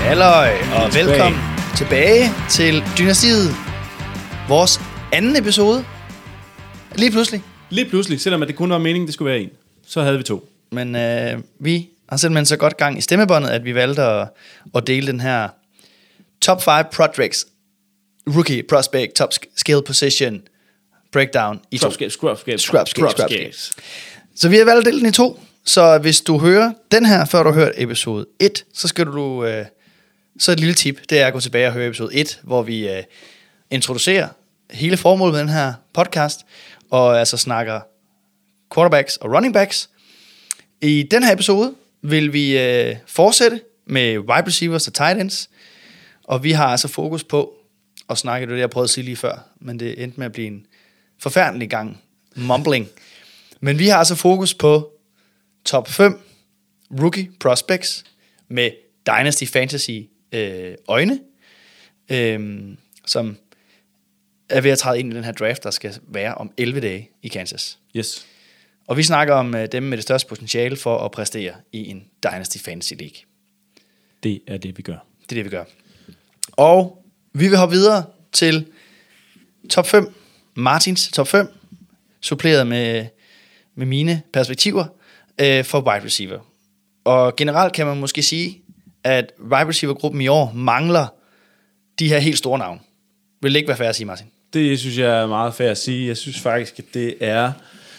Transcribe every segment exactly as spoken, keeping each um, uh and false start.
Halløj, og tilbage. Velkommen tilbage til Dynastiet. Vores anden episode. Lige pludselig. Lige pludselig, selvom det kun var meningen, det skulle være en. Så havde vi to. Men øh, vi har simpelthen så godt gang i stemmebåndet, at vi valgte at, at dele den her top fem projects, rookie, prospect, top skill position, breakdown i to. Scrub, scrub, scrub, scrub, scrub, scrub. Så vi har valgt at dele den i to. Så hvis du hører den her, før du har hørt episode et, så skal du... Øh, så et lille tip, det er at gå tilbage og høre episode et, hvor vi øh, introducerer hele formålet med den her podcast, og altså snakker quarterbacks og running backs. I den her episode vil vi øh, fortsætte med wide receivers og tight ends, og vi har altså fokus på at snakke, det det jeg prøvede at sige lige før, men det endte med at blive en forfærdelig gang mumbling. Men vi har altså fokus på top fem rookie prospects med Dynasty Fantasy øh, øjne, øh, som er ved at træde ind i den her draft, der skal være om elleve dage i Kansas. Yes. Og vi snakker om øh, dem med det største potentiale for at præstere i en Dynasty Fantasy League. Det er det, vi gør. Det er det, vi gør. Og vi vil hoppe videre til top fem, Martins top fem, suppleret med, med mine perspektiver øh, for wide receiver. Og generelt kan man måske sige, at wide receiver-gruppen i år mangler de her helt store navne. Vil det ikke være fair at sige, Martin? Det synes jeg er meget fair at sige. Jeg synes faktisk, at det er...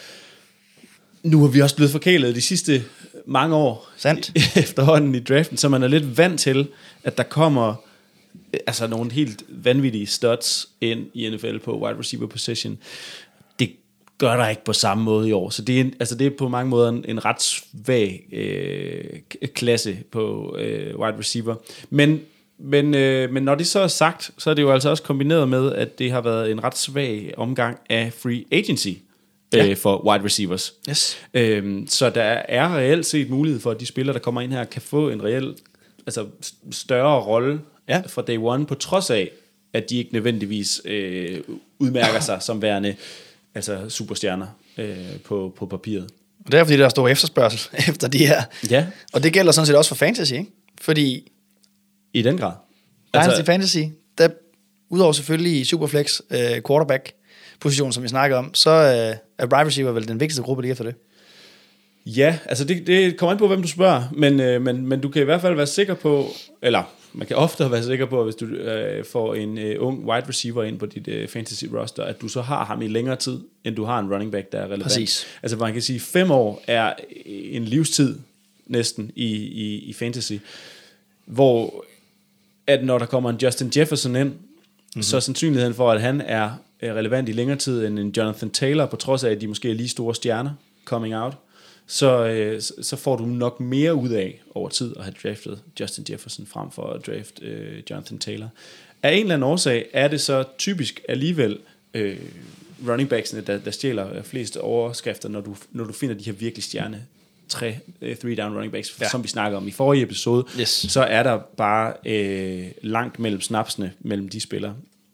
Nu har vi også blevet forkælet de sidste mange år. Sandt. Efterhånden i draften, så man er lidt vant til, at der kommer altså nogle helt vanvittige studs ind i N F L på wide receiver position. Det gør der ikke på samme måde i år. Så det er, en, altså det er på mange måder en, en ret svag øh, klasse på øh, wide receiver. Men, men, øh, men når det så er sagt, så er det jo altså også kombineret med, at det har været en ret svag omgang af free agency øh, ja. for wide receivers. Yes. Øhm, så der er reelt set mulighed for, at de spillere, der kommer ind her, kan få en reel, altså større rolle ja. fra day one, på trods af, at de ikke nødvendigvis øh, udmærker sig som værende altså superstjerner øh, på, på papiret. Og det er fordi, der er stor efterspørgsel efter de her. Ja. Og det gælder sådan set også for fantasy, ikke? Fordi... I den grad. Dynasty altså, Fantasy, der udover selvfølgelig i Superflex øh, quarterback-position, som vi snakker om, så øh, er wide receiver vel den vigtigste gruppe lige efter det. Ja, altså det, det kommer an på, hvem du spørger, men, øh, men, men du kan i hvert fald være sikker på, eller man kan ofte være sikker på, hvis du øh, får en øh, ung wide receiver ind på dit øh, fantasy roster, at du så har ham i længere tid, end du har en running back, der er relevant. Præcis. Altså man kan sige, fem år er en livstid næsten i, i, i fantasy, hvor at når der kommer en Justin Jefferson ind, mm-hmm. så er sandsynligheden for, at han er relevant i længere tid end en Jonathan Taylor, på trods af, at de måske er lige store stjerner coming out, så, øh, så får du nok mere ud af over tid at have draftet Justin Jefferson frem for at draft øh, Jonathan Taylor. Af en eller anden årsag er det så typisk alligevel øh, running backsene, der, der stjæler flest overskrifter, når du, når du finder de her virkelig stjerne tre, uh, three down running backs, ja. som vi snakker om i forrige episode, yes. så er der bare øh, langt mellem snapsene mellem de spillere.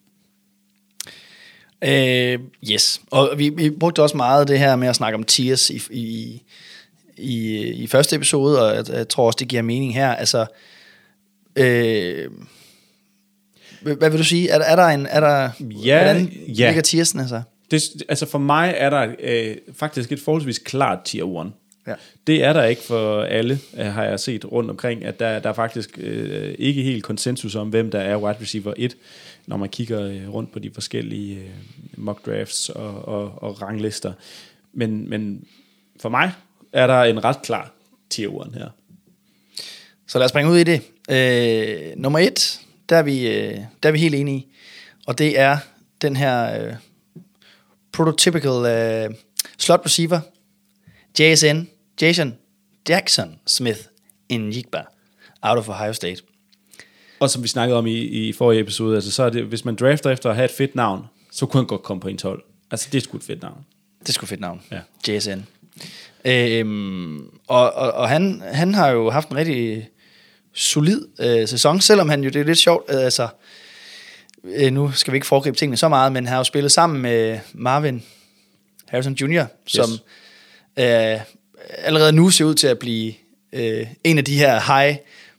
Uh, yes, og vi, vi brugte også meget det her med at snakke om tiers i, i, i, i første episode, og jeg, jeg tror også, det giver mening her. Altså, øh, hvad vil du sige? Er, er der en... Er der, ja, hvordan ja. ligger tiersen altså? Det, altså for mig er der øh, faktisk et forholdsvis klart tier one. Ja. Det er der ikke for alle, har jeg set rundt omkring, at der, der er faktisk øh, ikke helt konsensus om, hvem der er wide receiver et, når man kigger øh, rundt på de forskellige øh, mock drafts og, og, og ranglister. Men, men for mig er der en ret klar tier one her. Så lad os springe ud i det. Øh, nummer et, der er, vi, øh, der er vi helt enige, og det er den her øh, prototypical øh, slot receiver, J S N, Jason Jackson Smith Njigba, out of Ohio State. Og som vi snakkede om i, i forrige episode, altså så er det, hvis man drafter efter at have et fedt navn, så kunne han godt komme på en tolv. Altså det er sgu et fedt navn. Det er sgu et fedt navn, ja. J S N. Øhm, og og, og han, han har jo haft en rigtig solid øh, sæson, selvom han jo, det er lidt sjovt, øh, altså, øh, nu skal vi ikke foregribe tingene så meget, men han har jo spillet sammen med Marvin Harrison junior, som yes. øh, allerede nu ser ud til at blive øh, en af de her high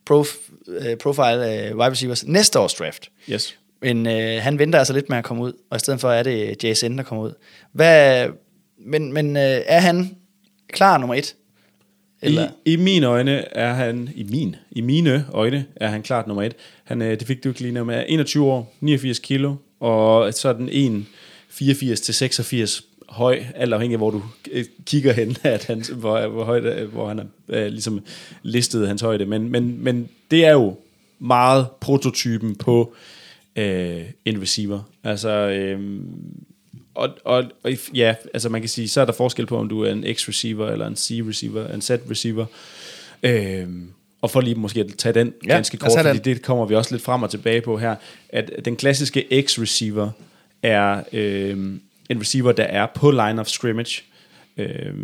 prof, uh, profile uh, wide receivers næste års draft. Yes. Men øh, han venter altså lidt med at komme ud, og i stedet for er det J S N, der kommer ud. Hvad, men men øh, er han klar nummer et? Eller? I, I mine øjne er han, i min, i mine øjne er han klart nummer et. Han, øh, det fik du ikke lige nævnt med, enogtyve år, niogfirs kilo, og sådan en fireogfirs til seksogfirs høj, alt afhængig af hvor du øh, kigger hen, at han, hvor, hvor, højt, hvor han har øh, ligesom listet hans højde. Men, men, men det er jo meget prototypen på øh, en receiver. Altså, øh, og, og, og ja, altså man kan sige, så er der forskel på, om du er en X-receiver, eller en C-receiver, en Z-receiver. Øh, og for lige måske at tage den ja, ganske kort, fordi det kommer vi også lidt frem og tilbage på her, at den klassiske X-receiver er øh, en receiver, der er på line of scrimmage, øh,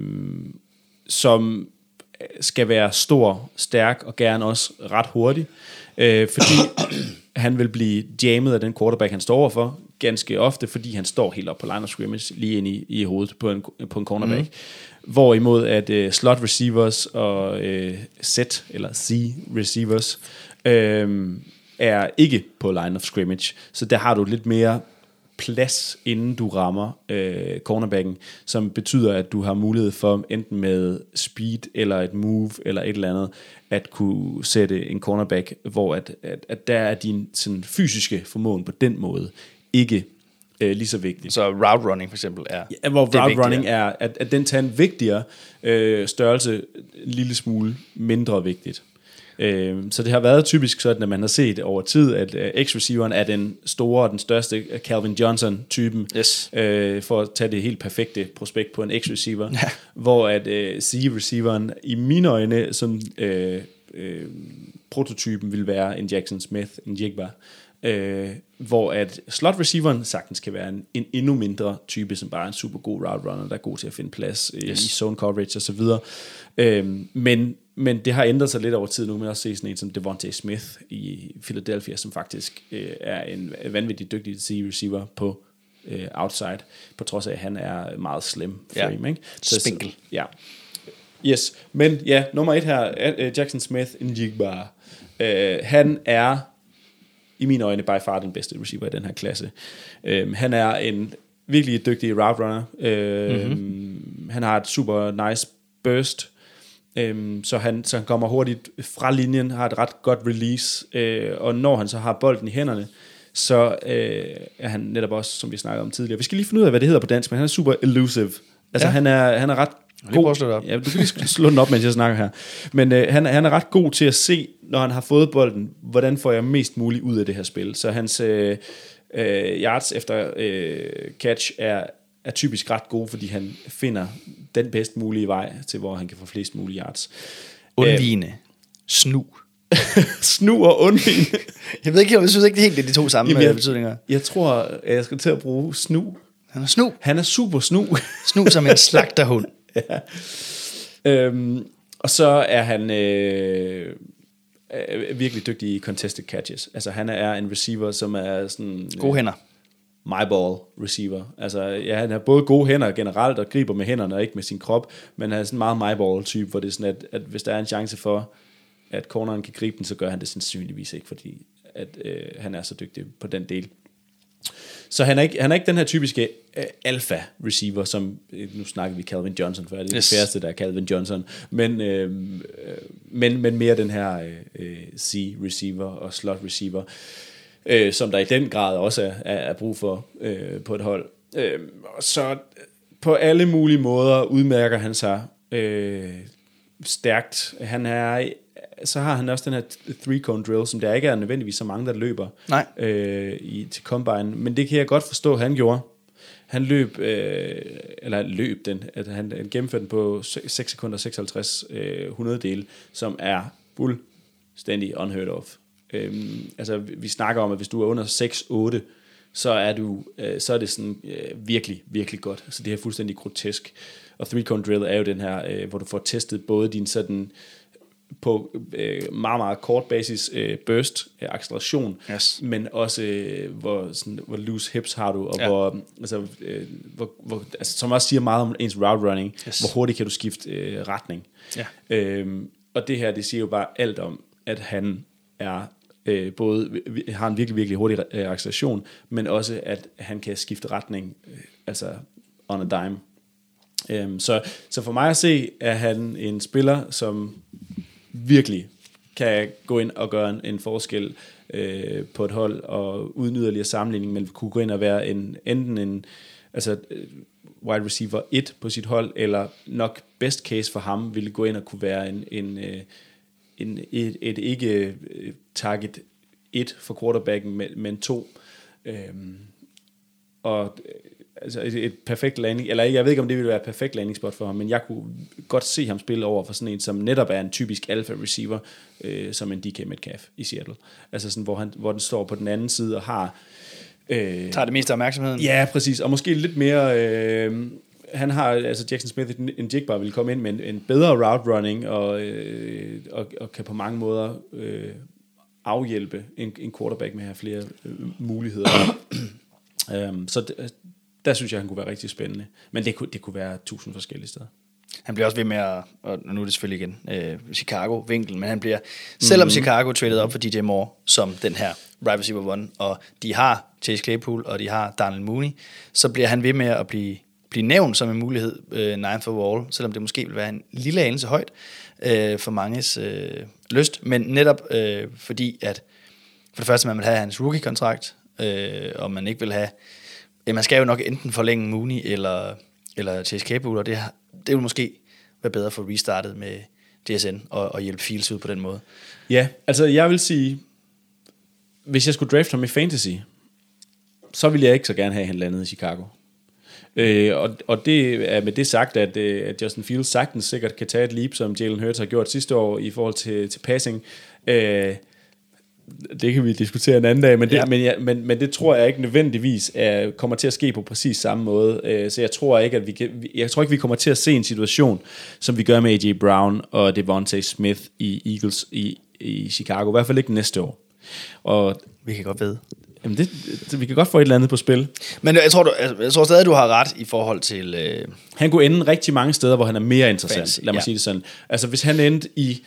som skal være stor, stærk og gerne også ret hurtig, øh, fordi han vil blive jammet af den quarterback, han står overfor, ganske ofte, fordi han står helt op på line of scrimmage, lige ind i, i hovedet på en, på en cornerback. Mm. Hvorimod at uh, slot receivers og uh, set eller C receivers uh, er ikke på line of scrimmage, så der har du lidt mere plads, inden du rammer øh, cornerbacken, som betyder, at du har mulighed for enten med speed, eller et move, eller et eller andet, at kunne sætte en cornerback, hvor at, at, at der er din sådan, fysiske formåen på den måde ikke øh, lige så vigtig. Så route running for eksempel er... Ja, hvor route vigtigere. Running er, at, at den tager en vigtigere øh, størrelse, en lille smule mindre vigtigt. Så det har været typisk sådan, at man har set over tid, at X-receiveren er den store og den største Calvin Johnson-typen, yes. øh, for at tage det helt perfekte prospekt på en X-receiver, ja. Hvor at øh, C-receiveren i mine øjne, som øh, øh, prototypen vil være en Jackson Smith, en Jigba, øh, hvor at slot-receiveren sagtens kan være en, en endnu mindre type, som bare en super god route runner, der er god til at finde plads øh, yes. i zone coverage og så videre. Øh, men Men det har ændret sig lidt over tid nu, men også se sådan en som Devontae Smith i Philadelphia, som faktisk øh, er en vanvittig dygtig C-receiver på øh, outside, på trods af, at han er meget slim frame. Ja. Ikke? Så, Spinkel. Ja. Yes. Men ja, nummer et her, uh, Jackson Smith, Njigba. Uh, han er, i mine øjne, by far den bedste receiver i den her klasse. Uh, han er en virkelig dygtig route runner. Uh, mm-hmm. Han har et super nice burst, Øhm, så, han, så han kommer hurtigt fra linjen, har et ret godt release, øh, og når han så har bolden i hænderne, så øh, er han netop også, som vi snakkede om tidligere. Vi skal lige finde ud af, hvad det hedder på dansk, men han er super elusive. Altså ja. han, er, han er ret god. Ja, du kan lige slå den op, mens jeg snakker her. Men øh, han, han er ret god til at se, når han har fået bolden, hvordan får jeg mest muligt ud af det her spil. Så hans øh, øh, yards efter øh, catch er er typisk ret god, fordi han finder den bedst mulige vej til, hvor han kan få flest mulige yards. Undvigende. Æh, Snu. Snu og undvigende. Jeg ved ikke, jeg synes ikke, det er helt det, de to samme Jamen, jeg, betydninger. Jeg tror, at jeg skal til at bruge snu. Han er snu. Han er super snu. Snu som en slagterhund. Ja. Øhm, og så er han øh, er virkelig dygtig i contested catches. Altså han er en receiver, som er sådan... Gode hænder. My ball receiver. Altså, ja, han har både gode hænder generelt, og griber med hænderne og ikke med sin krop, men han er sådan en meget my ball type, hvor det er sådan, at, at hvis der er en chance for, at corneren kan gribe den, så gør han det sandsynligvis ikke, fordi at, øh, han er så dygtig på den del. Så han er ikke, han er ikke den her typiske øh, alpha receiver, som, øh, nu snakker vi Calvin Johnson, for det er yes. det færreste, der er Calvin Johnson, men, øh, men, men mere den her øh, C receiver og slot receiver, Øh, som der i den grad også er, er, er brug for øh, på et hold. Øh, så på alle mulige måder udmærker han sig øh, stærkt. Han er, så har han også den her three-cone drill, som der ikke er nødvendigvis så mange, der løber øh, i, til combine. Men det kan jeg godt forstå, han gjorde. Han løb, øh, eller løb den, at han, han gennemførte den på seks sekunder og seksoghalvtreds øh, hundrededele, som er fuldstændig unheard of. Øhm, altså vi snakker om, at hvis du er under seks otte, så er du øh, så er det sådan øh, virkelig virkelig godt. Så det er fuldstændig grotesk. Og three cone drill er jo den her, øh, hvor du får testet både din sådan på øh, meget meget kort basis øh, burst øh, acceleration, yes. men også øh, hvor sådan, hvor loose hips har du, og ja. hvor altså øh, hvor, hvor altså, som også siger meget om ens route running, yes. hvor hurtigt kan du skifte øh, retning. Ja. Øhm, og det her, det siger jo bare alt om, at han er øh, både har en virkelig, virkelig hurtig øh, acceleration, men også, at han kan skifte retning, øh, altså on a dime. Um, så, så for mig at se, er han en spiller, som virkelig kan gå ind og gøre en, en forskel øh, på et hold, og uden yderligere sammenligning, men kunne gå ind og være en, enten en altså, wide receiver et på sit hold, eller nok best case for ham, ville gå ind og kunne være en, en, en, et, et ikke target et for quarterbacken, men, men to. Um, og altså et, et perfekt landing, eller jeg ved ikke, om det ville være et perfekt landingsspot for ham, men jeg kunne godt se ham spille over for sådan en, som netop er en typisk alpha receiver, øh, som en D K Metcalf i Seattle. Altså sådan, hvor, han, hvor den står på den anden side og har... Øh, tager det meste af opmærksomheden. Ja, præcis. Og måske lidt mere... Øh, han har, altså Jackson Smith, en Jigbar, vil komme ind med en, en bedre route running, og, øh, og, og kan på mange måder øh, afhjælpe en, en quarterback med at have flere øh, muligheder. um, så det, der synes jeg, han kunne være rigtig spændende. Men det kunne, det kunne være tusind forskellige steder. Han bliver også ved med at, og nu er det selvfølgelig igen øh, Chicago-vinkel, men han bliver, selvom mm-hmm. Chicago traded op for D J Moore som den her wide receiver one, og de har Chase Claypool, og de har Darnell Mooney, så bliver han ved med at blive, blive nævnt som en mulighed, øh, ninth overall, selvom det måske vil være en lille anelse højt øh, for manges øh, lyst, men netop øh, fordi, at for det første, man vil have hans rookie-kontrakt, øh, og man ikke vil have, ja, man skal jo nok enten forlænge Mooney eller, eller Chase Claypool, og det, det vil måske være bedre for restartet med D S N og, og hjælpe Fields ud på den måde. Ja, altså jeg vil sige, hvis jeg skulle drafte ham i fantasy, så ville jeg ikke så gerne have, at han landede i Chicago. Øh, og, og det er med det sagt, at, at Justin Fields sagtens sikkert kan tage et leap, som Jalen Hurts har gjort sidste år i forhold til, til passing. Øh, det kan vi diskutere en anden dag, men det, ja. men, ja, men, men det tror jeg ikke nødvendigvis er, kommer til at ske på præcis samme måde. Øh, så jeg tror ikke, at vi kan, jeg tror ikke, vi kommer til at se en situation, som vi gør med A J Brown og Devontae Smith i Eagles i, i Chicago. I hvert fald ikke næste år. Og vi kan godt vide. Jamen det, det, vi kan godt få et eller andet på spil. Men jeg tror, du, jeg tror stadig, du har ret i forhold til... Øh... Han kunne ende rigtig mange steder, hvor han er mere interessant. Fancy, lad mig ja. sige det sådan. Altså hvis han endte i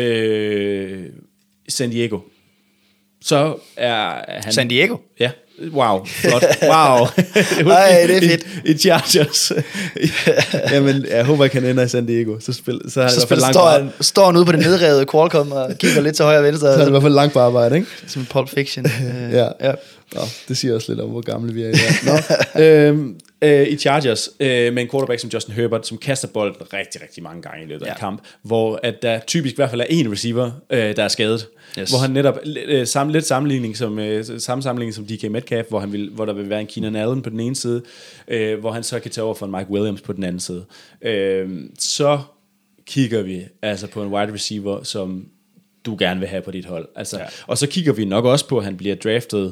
øh, San Diego, så er han... San Diego? Ja. Wow, flot. Wow. Ej, det er fedt. I, i Chargers. Jamen, jeg håber, jeg kan ende i San Diego. Så, spil, så, er så spil, langt står, han, står han ude på det nedrevede Qualcomm og kigger lidt til højre og venstre. Så er det i hvert fald langt på arbejde, ikke? Som Pulp Fiction. ja. ja. Nå, det siger også lidt om, hvor gamle vi er i dag. Nå, øhm, øh, i Chargers, øh, med en quarterback som Justin Herbert, som kaster bolden rigtig, rigtig mange gange i løbet af ja. en kamp, hvor at der typisk i hvert fald er en receiver, øh, der er skadet. Yes. Hvor han netop, øh, sam, lidt sammenligning som, øh, samme sammenligning som D K Metcalf, hvor, han vil, hvor der vil være en Keenan Allen på den ene side, øh, hvor han så kan tage over for en Mike Williams på den anden side. Øh, så kigger vi altså på en wide receiver, som du gerne vil have på dit hold. Altså, ja. Og så kigger vi nok også på, at han bliver draftet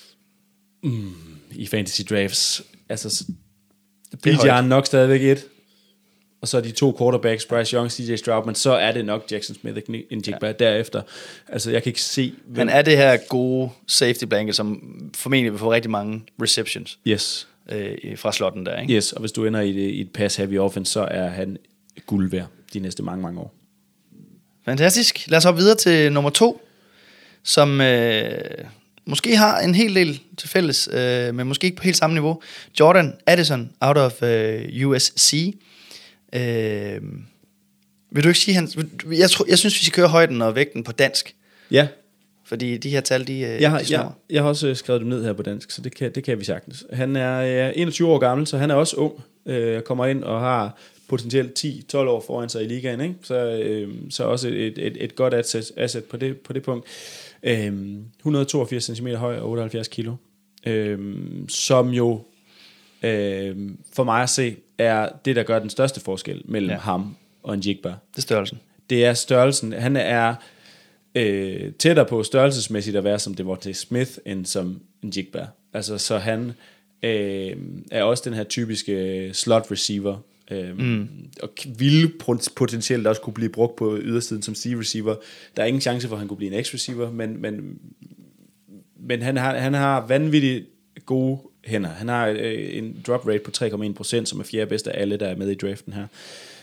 mm, i fantasy drafts. Altså, B J er nok stadigvæk et, og så de to quarterbacks, Bryce Young, C J Stroud, men så er det nok Jackson Smith en Jigba ja. derefter. Altså, jeg kan ikke se... Hvem... Han er det her gode safety blanket, som formentlig vil få rigtig mange receptions. Yes. Øh, fra slotten der, ikke? Yes, og hvis du ender i et, i et pass-heavy offense, så er han guld værd de næste mange, mange år. Fantastisk. Lad os hoppe videre til nummer to, som øh, måske har en hel del til fælles, øh, men måske ikke på helt samme niveau. Jordan Addison, out of øh, U S C. Øh, vil du ikke sige, han, jeg, tror, jeg synes, vi skal køre højden og vægten på dansk. Ja. Fordi de her tal, de, jeg har, de jeg, jeg har også skrevet dem ned her på dansk, så det kan, det kan vi sagtens. Han er øh, enogtyve år gammel, så han er også ung. Øh, kommer ind og har potentielt ti til tolv år foran sig i ligaen, ikke? Så, øh, så også et, et, et godt asset, asset på, det, på det punkt. Øh, et hundrede og toogfirs centimeter høj og otteoghalvfjerds kilo. Øh, som jo øh, for mig at se er det, der gør den største forskel mellem ja. ham og en Jigba. Det er størrelsen. Det er størrelsen. Han er øh, tættere på størrelsesmæssigt at være som Devontae Smith end som en Jigba. Altså, så han øh, er også den her typiske slot receiver, øh, mm. og ville potentielt også kunne blive brugt på ydersiden som C-receiver. Der er ingen chance for, at han kunne blive en X-receiver, men, men, men han, har, han har vanvittigt gode hænder. Han har øh, en drop rate på tre komma en procent, som er fjerde bedste af alle, der er med i draften her.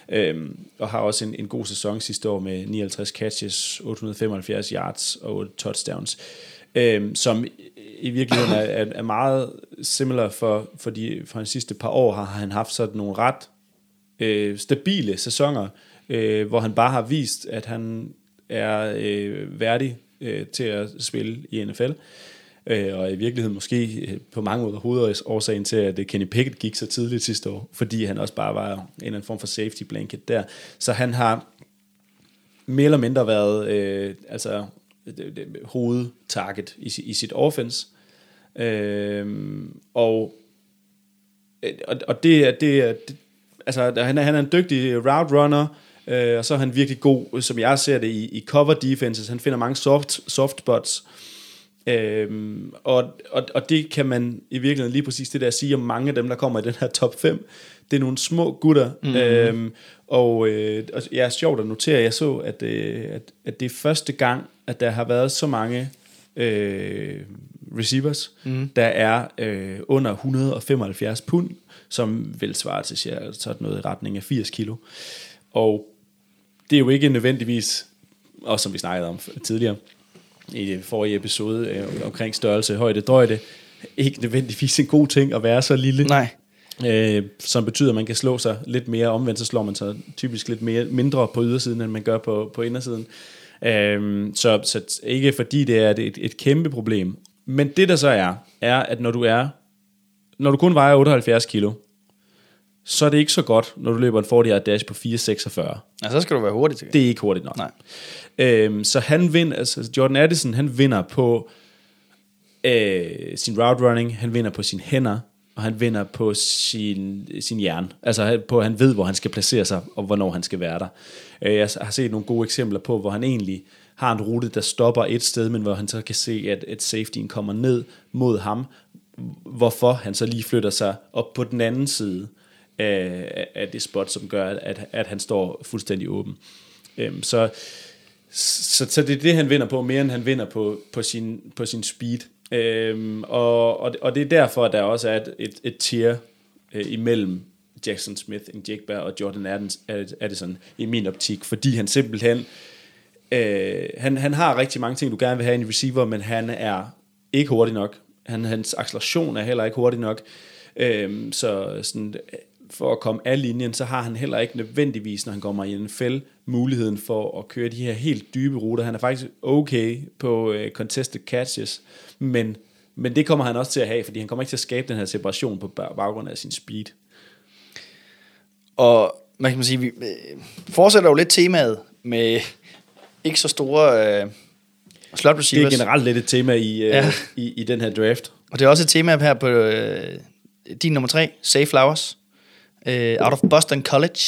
Øhm, og har også en, en god sæson sidste år med nioghalvtreds catches, otte hundrede femoghalvfjerds yards og otte touchdowns, øhm, som i virkeligheden er, er, er meget similar for, for, de, for de sidste par år har han haft sådan nogle ret øh, stabile sæsoner, øh, hvor han bare har vist, at han er øh, værdig øh, til at spille i N F L. Øh, og i virkeligheden måske øh, på mange måder hovedårsagen til, at Kenny Pickett gik så tidligt sidste år, fordi han også bare var en eller anden form for safety blanket der. Så han har mere eller mindre været øh, altså hovedtarget i, i sit offense. Øh, og og det, det, det altså han er, han er en dygtig route runner, øh, og så er han virkelig god, som jeg ser det, i, i cover defenses. Han finder mange soft, soft spots, øhm, og, og, og det kan man i virkeligheden lige præcis det der sige om mange af dem, der kommer i den her top fem. Det er nogle små gutter, mm-hmm. øhm, og, øh, og jeg er sjovt at notere, jeg så, at, øh, at, at det er første gang, at der har været så mange øh, receivers, mm. der er øh, under et hundrede og femoghalvfjerds pund, som vil svare til sådan noget i retning af firs kilo. Og det er jo ikke nødvendigvis, også som vi snakkede om tidligere i forrige episode øh, omkring størrelse, højde, drøjde, ikke nødvendigvis en god ting at være så lille. Nej. Øh, som betyder, at man kan slå sig lidt mere. Omvendt så slår man sig typisk lidt mere, mindre på ydersiden, end man gør på, på indersiden. Øh, så, så ikke fordi det er et, et kæmpe problem. Men det der så er, er at når du er når du kun vejer otteoghalvfjerds kilo, så er det ikke så godt, når du løber en fyrre yard dash på fire seksogfyrre. Ja, så skal du være hurtig til. Det er ikke hurtigt nok. Nej. Øhm, så han vinder, altså Jordan Addison, han vinder på øh, sin route running, han vinder på sine hænder, og han vinder på sin, sin hjerne. Altså på, han ved, hvor han skal placere sig, og hvornår han skal være der. Øh, jeg har set nogle gode eksempler på, hvor han egentlig har en rute, der stopper et sted, men hvor han så kan se, at, at safetyen kommer ned mod ham, hvorfor han så lige flytter sig op på den anden side af, af det spot, som gør, at, at han står fuldstændig åben. Øhm, så, så, så det er det, han vinder på, mere end han vinder på, på, sin, på sin speed. Øhm, og, og, og det er derfor, at der også er et, et, et tier øh, imellem Jackson Smith, Njigba og Jordan Addison i min optik, fordi han simpelthen øh, han, han har rigtig mange ting, du gerne vil have i en receiver, men han er ikke hurtig nok. Han, hans acceleration er heller ikke hurtig nok. Øhm, så sådan, for at komme af linjen, så har han heller ikke nødvendigvis, når han kommer i N F L, muligheden for at køre de her helt dybe ruter. Han er faktisk okay på uh, contested catches, men, men det kommer han også til at have, fordi han kommer ikke til at skabe den her separation på baggrund af sin speed. Og man kan sige, vi fortsætter jo lidt temaet med ikke så store øh, slot receivers. Det er generelt lidt et tema i, øh, ja. i, i den her draft. Og det er også et tema her på øh, din nummer tre, Zay Flowers, øh, out of Boston College.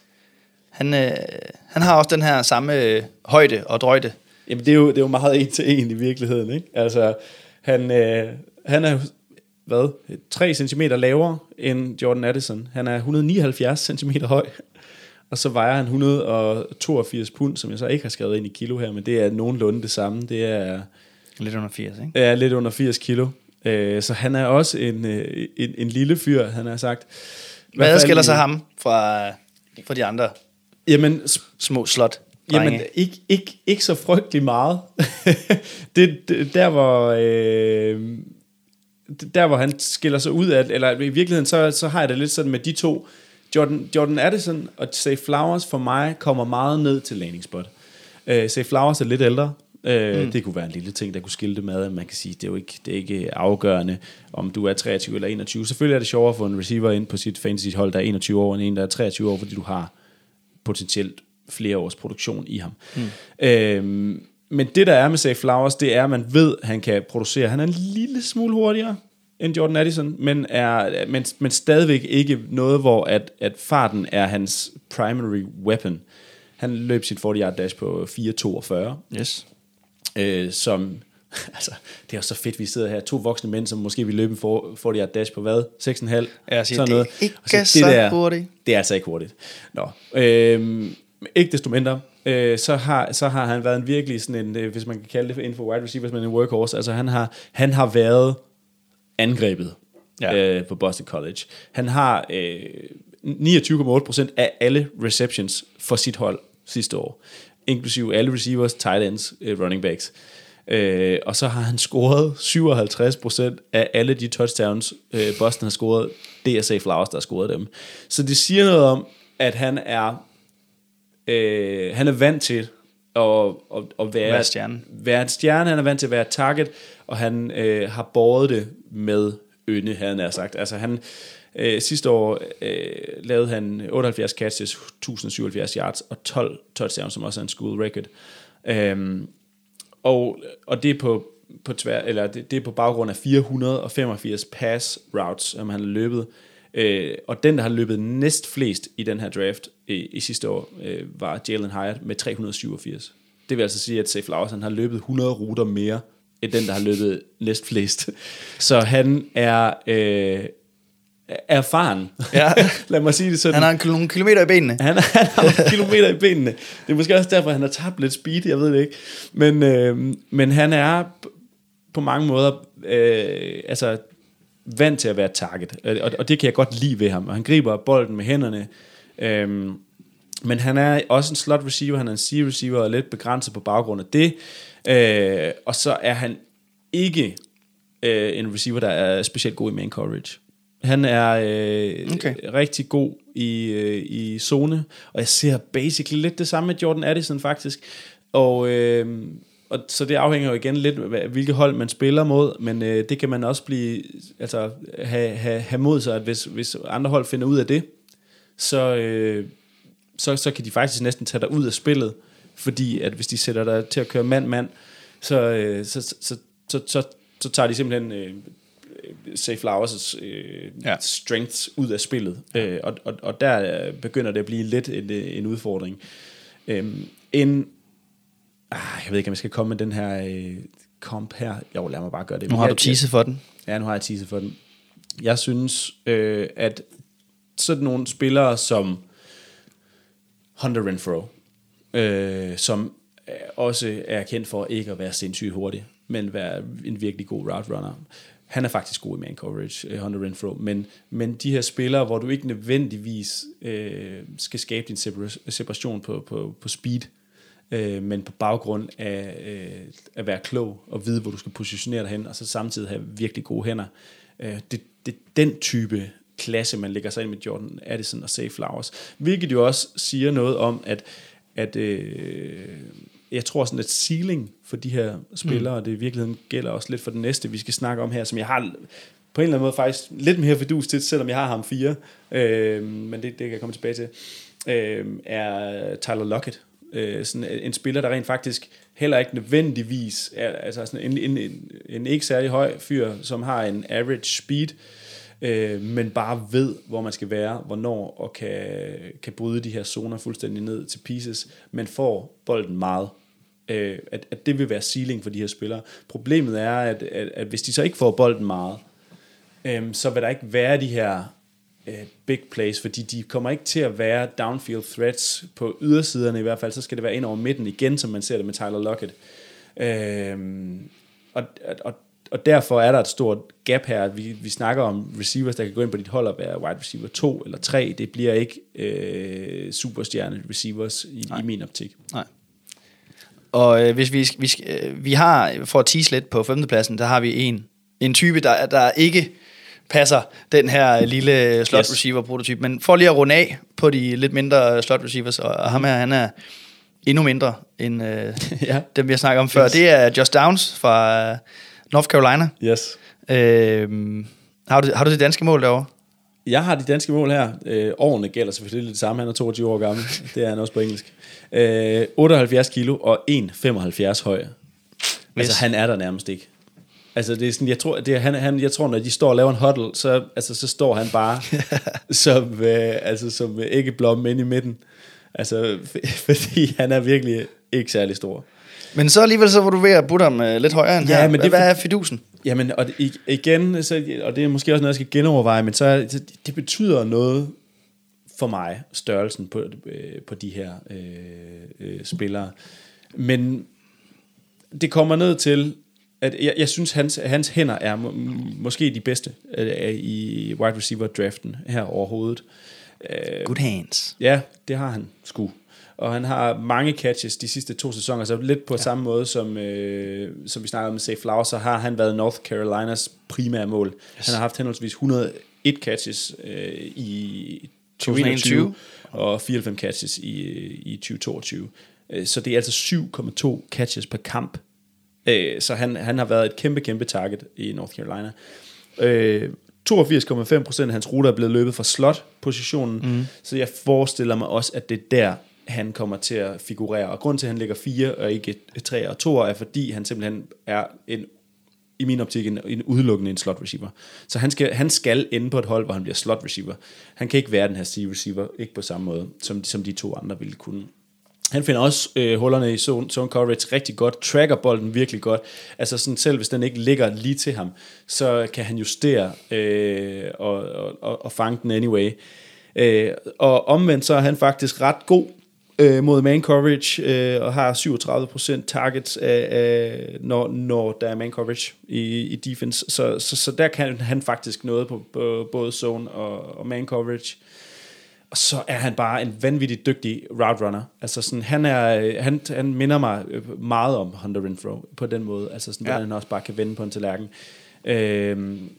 Han, øh, han har også den her samme øh, højde og drøjde. Jamen det er jo, det er jo meget en til en i virkeligheden, ikke? Altså, han, øh, han er hvad, tre centimeter lavere end Jordan Addison. Han er et hundrede og nioghalvfjerds centimeter høj, og så vejer han et hundrede og toogfirs pund, som jeg så ikke har skrevet ind i kilo her, men det er nogenlunde det samme. Det er lidt under firs, ikke? Ja, lidt under firs kilo. Øh, så han er også en, en, en lille fyr, han har sagt. Hvad adskiller sig ham fra, fra de andre jamen, små slot? Jamen, ikke, ikke, ikke så frygtelig meget. det, det, der, hvor, øh, der, hvor han skiller sig ud af, eller i virkeligheden, så, så har jeg det lidt sådan med de to. Jordan, Jordan Addison og Zay Flowers for mig kommer meget ned til landing spot. Uh, Zay Flowers er lidt ældre. Uh, mm. Det kunne være en lille ting, der kunne skille det med. Man kan sige, det er jo ikke, det er ikke afgørende, om du er treogtyve eller enogtyve. Selvfølgelig er det sjovere at få en receiver ind på sit fantasy-hold, der er enogtyve år, end en, der er treogtyve år, fordi du har potentielt flere års produktion i ham. Mm. Uh, men det, der er med Zay Flowers, det er, at man ved, at han kan producere. Han er en lille smule hurtigere end Jordan Addison, men, er, men, men stadigvæk ikke noget, hvor at, at farten er hans primary weapon. Han løb sit fyrre yard dash på fire toogfyrre. Yes. Øh, som, altså, det er jo så fedt, vi sidder her, to voksne mænd, som måske vil løbe en fyrre yard dash på hvad? seks komma fem? Ja, siger, sådan noget. Det er ikke så, så det der, hurtigt. Det er altså ikke hurtigt. Nå. Øh, ikke desto mindre, øh, så, har, så har han været en virkelig sådan en, øh, hvis man kan kalde det inden for wide receivers, men en workhorse. Altså han har, han har været angrebet ja. øh, på Boston College. Han har øh, niogtyve komma otte procent af alle receptions for sit hold sidste år, inklusive alle receivers, tight ends, running backs. Øh, og så har han scoret syvoghalvtreds procent af alle de touchdowns, øh, Boston har scoret. Det er Zay Flowers, der har scoret dem. Så det siger noget om, at han er øh, han er vant til at, at, at være, være, stjerne. være en stjerne. Han er vant til at være target, og han øh, har båret det med ynde, havde han sagt. Altså han øh, sidste år øh, lavede han otteoghalvfjerds catches, et tusind syvoghalvfjerds yards og tolv touchdowns, som også er en school record. Øhm, og, og det er på, på tvær, eller det, det er på baggrund af fire hundrede og femogfirs pass routes, som han har løbet. Øh, og den, der har løbet næst flest i den her draft i, i sidste år, øh, var Jalen Hyatt med tre hundrede og syvogfirs. Det vil altså sige, at Zay Flowers han har løbet hundrede ruter mere end den, der har løbet næst flest. Så han er øh, erfaren. Ja. Lad mig sige det sådan. Han har nogle kilometer i benene. Han, han har nogle kilometer i benene. Det er måske også derfor, han har tabt lidt speed, jeg ved det ikke. Men, øh, men han er på mange måder øh, altså vant til at være target. Og, og det kan jeg godt lide ved ham. Og han griber bolden med hænderne. Øh, men han er også en slot receiver, han er en C-receiver og er lidt begrænset på baggrund af det. Øh, og så er han ikke øh, en receiver, der er specielt god i man coverage. Han er øh, okay. rigtig god i, øh, i zone, og jeg ser basically lidt det samme med Jordan Addison faktisk. Og, øh, og så det afhænger jo igen lidt af hvilket hold man spiller mod, men øh, det kan man også blive altså have, have, have mod sig, at hvis, hvis andre hold finder ud af det, så, øh, så, så kan de faktisk næsten tage dig ud af spillet, fordi at hvis de sætter dig til at køre mand-mand, så, øh, så, så, så, så, så, så tager de simpelthen øh, Zay Flowers' øh, ja. strengths ud af spillet, øh, og, og, og der begynder det at blive lidt en, en udfordring. Øhm, en, ah, jeg ved ikke, om jeg skal komme med den her øh, komp her. Jo, lad mig bare gøre det. Nu har du teaset for den. Ja, nu har jeg teaset for den. Jeg synes, øh, at sådan nogle spillere som Hunter Renfrow, øh, som også er kendt for ikke at være sindssygt hurtig, men være en virkelig god route runner. Han er faktisk god i man coverage, Hunter Renfrow, men, men de her spillere, hvor du ikke nødvendigvis øh, skal skabe din separation på, på, på speed, øh, men på baggrund af øh, at være klog og vide, hvor du skal positionere dig hen, og så samtidig have virkelig gode hænder. Øh, det, det er den type klasse, man lægger sig ind med Jordan Addison og Zay Flowers, hvilket jo også siger noget om, at, at øh, jeg tror sådan, at ceiling for de her spillere, mm. og det i virkeligheden gælder også lidt for den næste, vi skal snakke om her, som jeg har på en eller anden måde faktisk lidt mere fidus til, selvom jeg har ham fire, øh, men det, det kan jeg komme tilbage til, øh, er Tyler Lockett. Øh, sådan en spiller, der rent faktisk heller ikke nødvendigvis er altså sådan en, en, en, en ikke særlig høj fyr, som har en average speed, øh, men bare ved, hvor man skal være, hvornår, og kan, kan bryde de her zoner fuldstændig ned til pieces, men får bolden meget. Øh, at, at det vil være ceiling for de her spillere. Problemet er, at, at, at hvis de så ikke får bolden meget, øh, så vil der ikke være de her øh, big plays, fordi de kommer ikke til at være downfield threats på ydersiderne i hvert fald, så skal det være ind over midten igen, som man ser det med Tyler Lockett. Øh, og, og Og derfor er der et stort gap her. Vi, vi snakker om receivers, der kan gå ind på dit hold og være wide receiver to eller tre. Det bliver ikke øh, superstjerne receivers i, i min optik. Nej. Og øh, hvis vi, vi, øh, vi har, for at tease lidt på femtepladsen, der har vi en, en type, der, der ikke passer den her lille slot yes. receiver prototype. Men for lige at runde af på de lidt mindre slot receivers, og, og ham her, han er endnu mindre end øh, ja. dem, vi har snakket om før. Yes. Det er Josh Downs fra øh, North Carolina. Yes. Øh, har, du, har du det danske mål derovre? Jeg har de danske mål her. Øh, årene gælder selvfølgelig det samme. Han er toogtyve år gammel. Det er han også på engelsk. Øh, otteoghalvfjerds kilo og en komma femoghalvfjerds høj. Yes. Altså, han er der nærmest ikke. Altså, det er sådan, jeg tror, det er, han, han, jeg tror, når de står og laver en huddle, så, altså, så står han bare som, øh, altså, som æggeblomme inde i midten. Altså, fordi han er virkelig ikke særlig stor. Men så alligevel så var du ved at putte ham lidt højere end ja, her. Men det, hvad er fidusen? Jamen, og igen, så, og det er måske også noget, jeg skal genoverveje, men så, så det betyder noget for mig, størrelsen på, øh, på de her øh, øh, spillere. Men det kommer ned til, at jeg, jeg synes, hans, hans hænder er må, måske de bedste øh, i wide receiver draften her overhovedet. Øh, Good hands. Ja, det har han sgu. Og han har mange catches de sidste to sæsoner, så lidt på ja. samme måde, som, øh, som vi snakkede med Zay Flowers, så har han været North Carolinas primære mål. Yes. Han har haft henholdsvis et hundrede og en catches øh, i tyve enogtyve og fireoghalvfems catches i, i tyve toogtyve. Så det er altså syv komma to catches per kamp. Så han, han har været et kæmpe, kæmpe target i North Carolina. toogfirs komma fem procent af hans ruter er blevet løbet fra slot-positionen, mm. så jeg forestiller mig også, at det er der, han kommer til at figurere. Og grund til, at han ligger fire og ikke tre og to, er fordi han simpelthen er en, i min optik en, en udelukkende en slot receiver. Så han skal, han skal ende på et hold, hvor han bliver slot receiver. Han kan ikke være den her C receiver, ikke på samme måde, som, som de to andre ville kunne. Han finder også øh, hullerne i zone, zone coverage rigtig godt, tracker bolden virkelig godt, altså sådan selv hvis den ikke ligger lige til ham, så kan han justere øh, og, og, og fange den anyway. Øh, og omvendt så er han faktisk ret god øh, mod man coverage, øh, og har syvogtredive procent targets, øh, øh, når, når der er man coverage i, i defense, så, så, så der kan han faktisk noget på, på både zone og, og man coverage. Og så er han bare en vanvittigt dygtig route runner. Altså sådan, han er han, han minder mig meget om Hunter Renfrow på den måde. Altså sådan, ja. Han også bare kan vende på en tallerken. Øhm,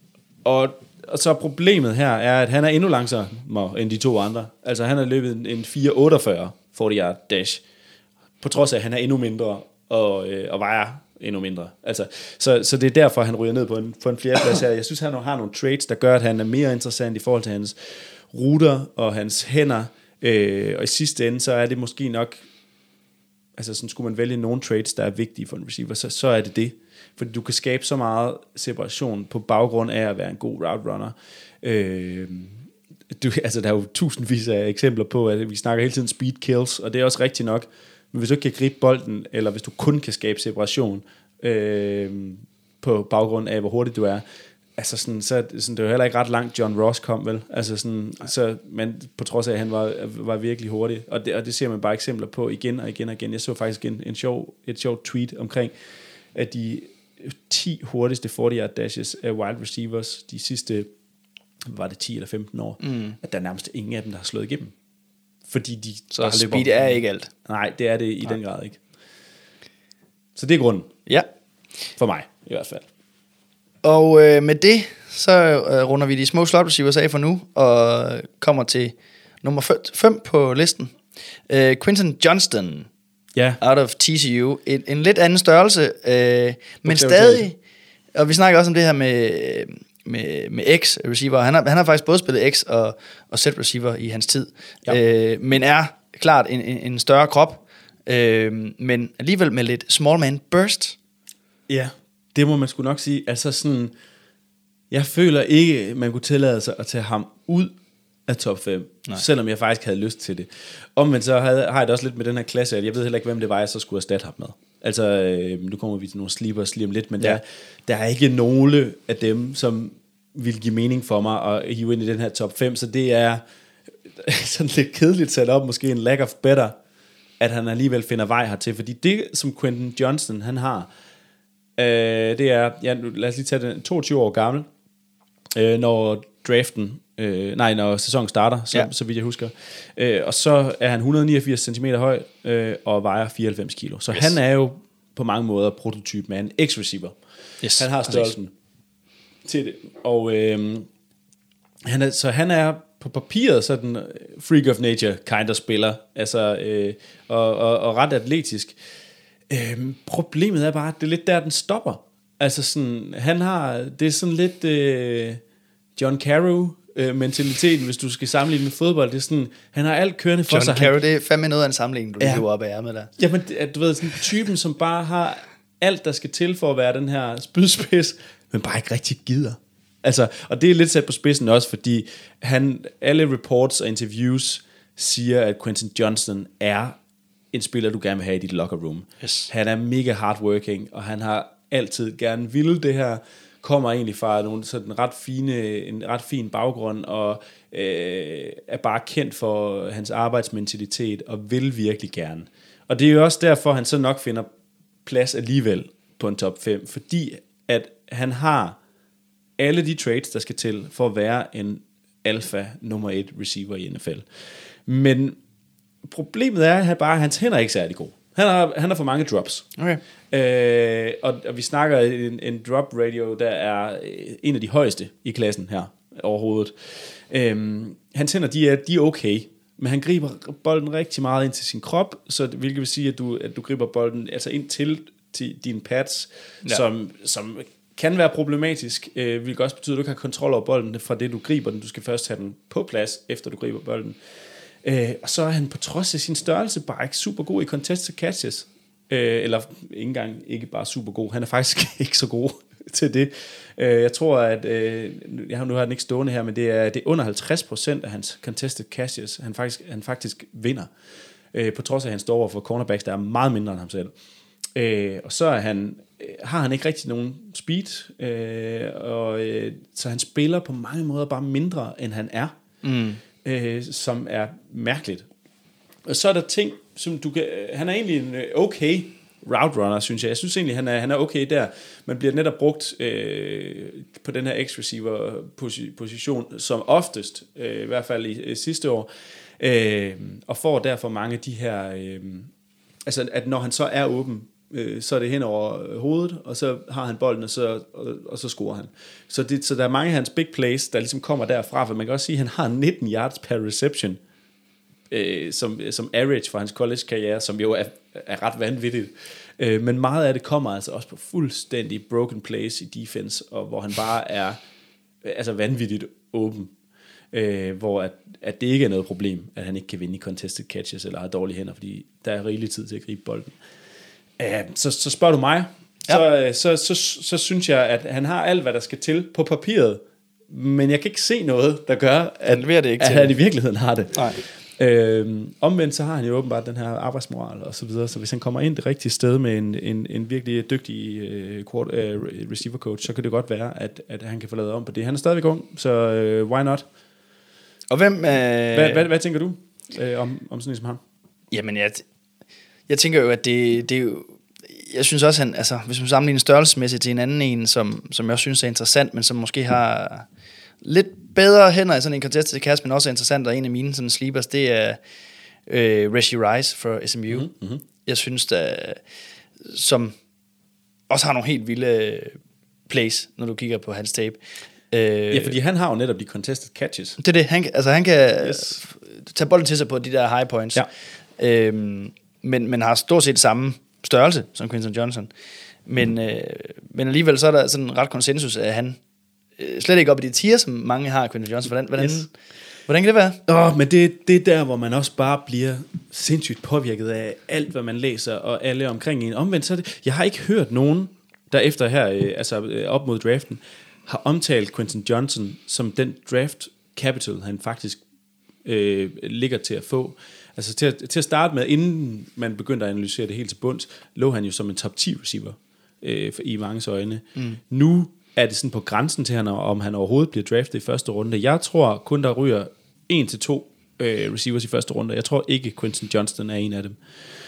og, og så problemet her er, at han er endnu langsommere end de to andre. Altså han har løbet en, en fire otteogfyrre fyrre yard dash. På trods af, at han er endnu mindre og, øh, og vejer endnu mindre. Altså, så, så det er derfor, han ryger ned på en, på en fjerdeplads her. Jeg synes, han har nogle traits, der gør, at han er mere interessant i forhold til hans ruter og hans hænder, øh, og i sidste ende, så er det måske nok, altså sådan skulle man vælge nogle traits, der er vigtige for en receiver, så, så er det det, fordi du kan skabe så meget separation på baggrund af at være en god route runner. Øh, du, altså der er jo tusindvis af eksempler på, at vi snakker hele tiden speed kills, og det er også rigtigt nok, men hvis du ikke kan gribe bolden, eller hvis du kun kan skabe separation øh, på baggrund af, hvor hurtigt du er, altså sådan, så sådan, det var heller ikke ret langt John Ross kom vel, altså sådan, så, men på trods af at han var, var virkelig hurtig, og det, og det ser man bare eksempler på igen og igen og igen. Jeg så faktisk en, en sjov, et sjovt tweet omkring, at de ti hurtigste fyrre yard dashes af wide receivers de sidste, var det ti eller femten år, mm. at der er nærmest ingen af dem, der har slået igennem, fordi de så speed løber. Er ikke alt. Nej, det er det i Nej. Den grad ikke. Så det er grunden. Ja. For mig i hvert fald. Og øh, med det, så øh, runder vi de små slot receivers af for nu, og kommer til nummer fem på listen. Øh, Quentin Johnston, ja. Out of T C U. En, en lidt anden størrelse, øh, men stadig, og vi snakker også om det her med, med, med X-receiver. Han har, han har faktisk både spillet X og, og Z-receiver i hans tid, ja. øh, men er klart en, en, en større krop, øh, men alligevel med lidt small man burst. Ja. Det må man sgu nok sige. Altså sådan, jeg føler ikke, man kunne tillade sig at tage ham ud af top fem, Nej. Selvom jeg faktisk havde lyst til det. Omvendt så havde, har jeg det også lidt med den her klasse, at jeg ved heller ikke, hvem det var, jeg så skulle erstatte ham med. Altså, øh, nu kommer vi til nogle sleepers lige om lidt, men ja. der, der er ikke nogle af dem, som vil give mening for mig at hive ind i den her top fem, så det er sådan lidt kedeligt sat op, måske en lack of better, at han alligevel finder vej hertil, fordi det, som Quentin Johnston, han har, Uh, det er, ja, lad os lige tage den, toogtyve år gammel, uh, når draften, uh, nej, når sæsonen starter, så, ja. så vidt jeg husker. Uh, og så er han et hundrede og niogfirs centimeter høj, uh, og vejer fireoghalvfems kilo. Så yes. Han er jo på mange måder prototyp med en X-receiver. Yes. Han har størrelsen til det. Og uh, han er, så han er på papiret sådan freak of nature kind of spiller, altså, uh, og, og, og ret atletisk. Øhm, problemet er bare, at det er lidt der, den stopper. Altså sådan, han har, det er sådan lidt øh, John Carew øh, mentaliteten, hvis du skal sammenligne med fodbold. Det er sådan, han har alt kørende for John sig. John Carew, det er fandme noget af en sammenligning, du ja. Lige op af ærmet der. Jamen, du ved, sådan typen, som bare har alt, der skal til for at være den her spydspids, men bare ikke rigtig gider. Altså, og det er lidt sat på spidsen også, fordi han, alle reports og interviews siger, at Quentin Johnston er en spiller, du gerne vil have i dit locker room. Yes. Han er mega hardworking, og han har altid gerne ville det her, kommer egentlig fra nogle sådan ret fine, en ret fin baggrund, og øh, er bare kendt for hans arbejdsmentalitet, og vil virkelig gerne. Og det er jo også derfor, han så nok finder plads alligevel på en top fem, fordi at han har alle de traits, der skal til for at være en alfa nummer et receiver i N F L. Men problemet er, at han bare, hans hænder er ikke særlig gode. Han har, han har for mange drops. Okay. Øh, og, og vi snakker en, en drop radio, der er en af de højeste i klassen her overhovedet. Øh, hans hænder, de er, de er okay, men han griber bolden rigtig meget ind til sin krop, så det, hvilket vil sige, at du, at du griber bolden altså ind til, til dine pads, ja. som, som kan være problematisk, øh, hvilket også betyder, at du ikke har kontrol over bolden fra det, du griber den. Du skal først have den på plads, efter du griber bolden. Øh, og så er han på trods af sin størrelse bare ikke super god i contested catches. Øh, eller ikke engang ikke bare super god. Han er faktisk ikke så god til det. Øh, jeg tror, at øh, jeg har nu har den ikke stående her, men det er, det er under halvtreds procent af hans contested catches, han faktisk, han faktisk vinder. Øh, på trods af, at han står over for cornerbacks, der er meget mindre end ham selv. Øh, og så er han, øh, har han ikke rigtig nogen speed, øh, og, øh, så han spiller på mange måder bare mindre, end han er. Mm. Øh, som er mærkeligt. Og så er der ting, som du kan... Han er egentlig en okay route runner, synes jeg. Jeg synes egentlig, han er, han er okay der. Man bliver netop brugt øh, på den her X-receiver position, som oftest, øh, i hvert fald i øh, sidste år, øh, og får derfor mange af de her... Øh, altså, at når han så er åben, øh, så er det hen over hovedet, og så har han bolden, og så, og, og så scorer han. Så, det, så der er mange af hans big plays, der ligesom kommer derfra, for man kan også sige, at han har nitten yards per reception, øh, som, som average for hans college-karriere, som jo er, er ret vanvittigt. Øh, men meget af det kommer altså også på fuldstændig broken plays i defense, og hvor han bare er altså vanvittigt åben. Øh, hvor at, at det ikke er noget problem, at han ikke kan vinde i contested catches, eller har dårlige hænder, fordi der er rigelig tid til at gribe bolden. Så, så spørger du mig, ja. så, så, så, så synes jeg, at han har alt, hvad der skal til på papiret, men jeg kan ikke se noget, der gør, at, det ikke at til han i virkeligheden har det. Nej. Øhm, omvendt så har han jo åbenbart den her arbejdsmoral og så videre, så hvis han kommer ind det rigtige sted med en, en, en virkelig dygtig uh, quarter, uh, receiver coach, så kan det godt være, at, at han kan få lavet om på det. Han er stadigvæk ung, så uh, why not? Og hvem... Øh... Hvad, hvad, hvad tænker du øh, om, om sådan en som ham? Jamen, jeg, jeg tænker jo, at det, det er jo... Jeg synes også, han, altså, hvis man sammenligner størrelsesmæssigt til en anden en, som, som jeg også synes er interessant, men som måske har lidt bedre hænder i sådan en contested catch, men også er interessant, og en af mine sådan sleepers, det er øh, Rashee Rice fra S M U. Mm-hmm. Jeg synes, der, som også har nogle helt vilde plays, når du kigger på hans tape. Ja, fordi han har jo netop de contested catches. Det er det. Han, altså, han kan yes. tage bolden til sig på de der high points. Ja. Øhm, men, men har stort set samme størrelse som Quentin Johnson. Men, mm. øh, men alligevel så er der sådan en ret konsensus, at han øh, slet ikke op i de tier, som mange har Quentin Johnson. Hvordan, hvordan, yes. hvordan kan det være? Åh, men det, det er der, hvor man også bare bliver sindssygt påvirket af alt, hvad man læser, og alle omkring en. Omvendt så er det, jeg har ikke hørt nogen, der efter her, øh, altså øh, op mod draften, har omtalt Quentin Johnson som den draft capital, han faktisk øh, ligger til at få. Altså til at, til at starte med, inden man begyndte at analysere det helt til bunds, lå han jo som en top ti receiver øh, i manges øjne. Mm. Nu er det sådan på grænsen til, han, om han overhovedet bliver draftet i første runde. Jeg tror kun, der ryger en til to øh, receivers i første runde. Jeg tror ikke, Quentin Johnston er en af dem.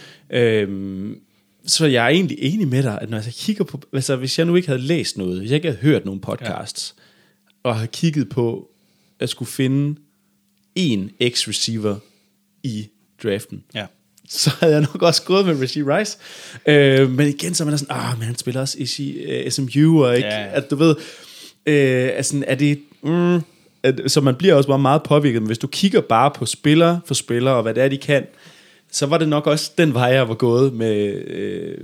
Øh, Så jeg er egentlig enig med dig, at når jeg kigger på, altså hvis jeg nu ikke havde læst noget, hvis jeg ikke havde hørt nogen podcasts, ja. og havde kigget på, at skulle finde en X-receiver i draften, ja. så havde jeg nok også gået med Rashee Rice. Øh, men igen, så er man sådan, ah, men han spiller også i S M U, og ikke, ja. at du ved, øh, altså, er det, mm, at, så man bliver også bare meget påvirket, men hvis du kigger bare på spiller for spiller, og hvad det er, de kan, så var det nok også den vej, jeg var gået med, øh,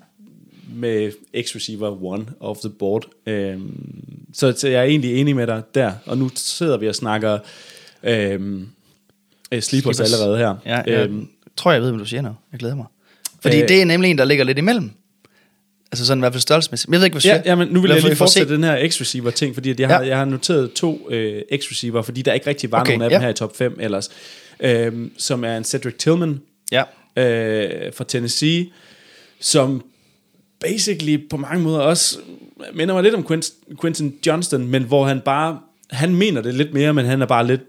med X-receiver one off the board. Øh, så, så jeg er egentlig enig med dig der. Og nu sidder vi og snakker øh, sleepers allerede her. Ja, jeg øh, tror, jeg ved, hvad du siger nu. Jeg glæder mig. Fordi øh, det er nemlig en, der ligger lidt imellem. Altså sådan i hvert fald størrelsesmæssigt. Jeg ved ikke, hvad du siger. Ja, ja, men nu vil jeg lige fortsætte den her X-receiver ting, fordi jeg har, ja. jeg har noteret to øh, X-receiver, fordi der ikke rigtig var okay, nogen af ja. dem her i top fem ellers. Øh, som er en Cedric Tillman, ja. øh, fra Tennessee, som basically på mange måder også minder mig lidt om Quentin, Quentin Johnston, men hvor han bare, han mener det lidt mere, men han er bare lidt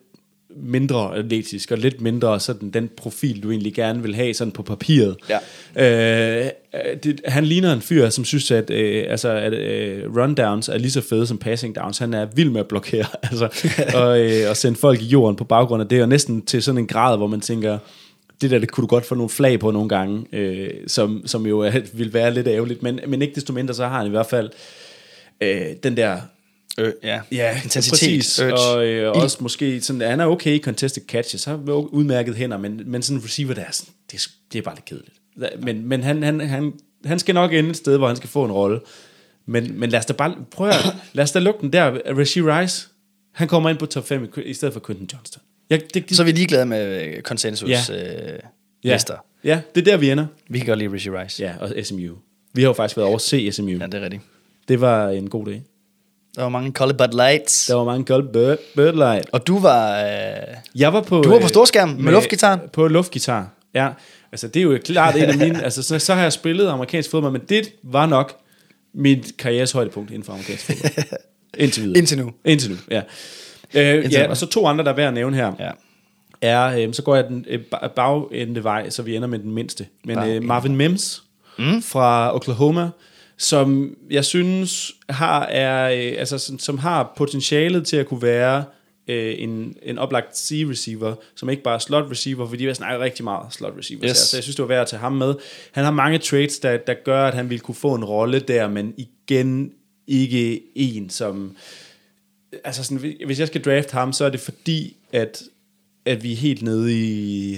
mindre atletisk, og lidt mindre sådan den profil, du egentlig gerne vil have sådan på papiret. Ja. Øh, det, han ligner en fyr, som synes, at, øh, altså, at øh, rundowns er lige så fede som passing downs. Han er vild med at blokere, altså, og, øh, og sende folk i jorden på baggrund af det, og næsten til sådan en grad, hvor man tænker, det der, det kunne du godt få nogle flag på nogle gange, øh, som, som jo er, vil være lidt ærgerligt, men, men ikke desto mindre, så har han i hvert fald øh, den der Øh, ja. ja, intensitet, præcis, urge. og øh, også måske sådan, han er okay i contested catches, har udmærket hænder, men, men sådan en receiver der, sådan, det, er, det er bare lidt kedeligt. Men, men han, han, han, han skal nok ende et sted, hvor han skal få en rolle. Men, men lad os da bare prøve at, lad os da lukke den der. Rashee Rice, han kommer ind på top fem i, i stedet for Quentin Johnston. Jeg, det, Så er vi ligeglade med konsensus Ja. øh, ja, lister. ja, det er der, vi ender. Vi kan godt lide Rashee Rice. Ja, og S M U. Vi har jo faktisk været over at se S M U. Ja, det er rigtigt. Det var en god dag. Der var mange kolde Bud Lights. Der var mange gold bird, bird light. Og du var... Øh, Jeg var på... Du var på storskærm med, med luftgitaren? På luftgitar, ja. Altså, det er jo klart en af mine... altså, så, så har jeg spillet amerikansk fodbold, men det var nok mit karrieres højdepunkt inden for amerikansk fodbold. Indtil videre. Indtil nu. Indtil nu, ja. Øh, ja, og så to andre, der er værd at nævne her. Ja. Er, øh, så går jeg den øh, bagende vej, så vi ender med den mindste. Men øh, Marvin Mims mm. fra Oklahoma, som jeg synes har, er, øh, altså, som, som har potentialet til at kunne være øh, en, en oplagt C-receiver, som ikke bare er slot-receiver, fordi jeg snakker rigtig meget slot-receiver. Yes. Så jeg synes, det var værd at tage ham med. Han har mange traits, der, der gør, at han ville kunne få en rolle der, men igen ikke en, som... Altså sådan, hvis jeg skal drafte ham, så er det fordi, at, at vi er helt nede i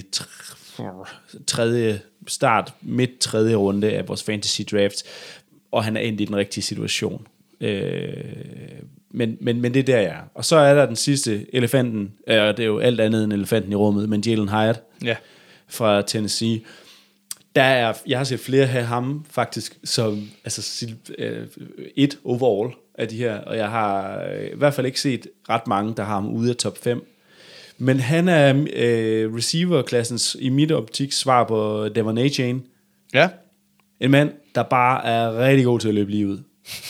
tredje start, midt tredje runde af vores fantasy draft, og han er endt i den rigtige situation. Øh, men, men, men det er der, jeg er. Og så er der den sidste, elefanten, øh, det er jo alt andet end elefanten i rummet, men Jalen Hyatt Ja. fra Tennessee. Der er, jeg har set flere af ham faktisk som altså øh, et overall af de her, og jeg har øh, i hvert fald ikke set ret mange, der har ham ude af top fem. Men han er øh, receiver-klassens i mit optik svar på Devon A-Chain. Ja. En mand, der bare er rigtig god til at løbe lige ud.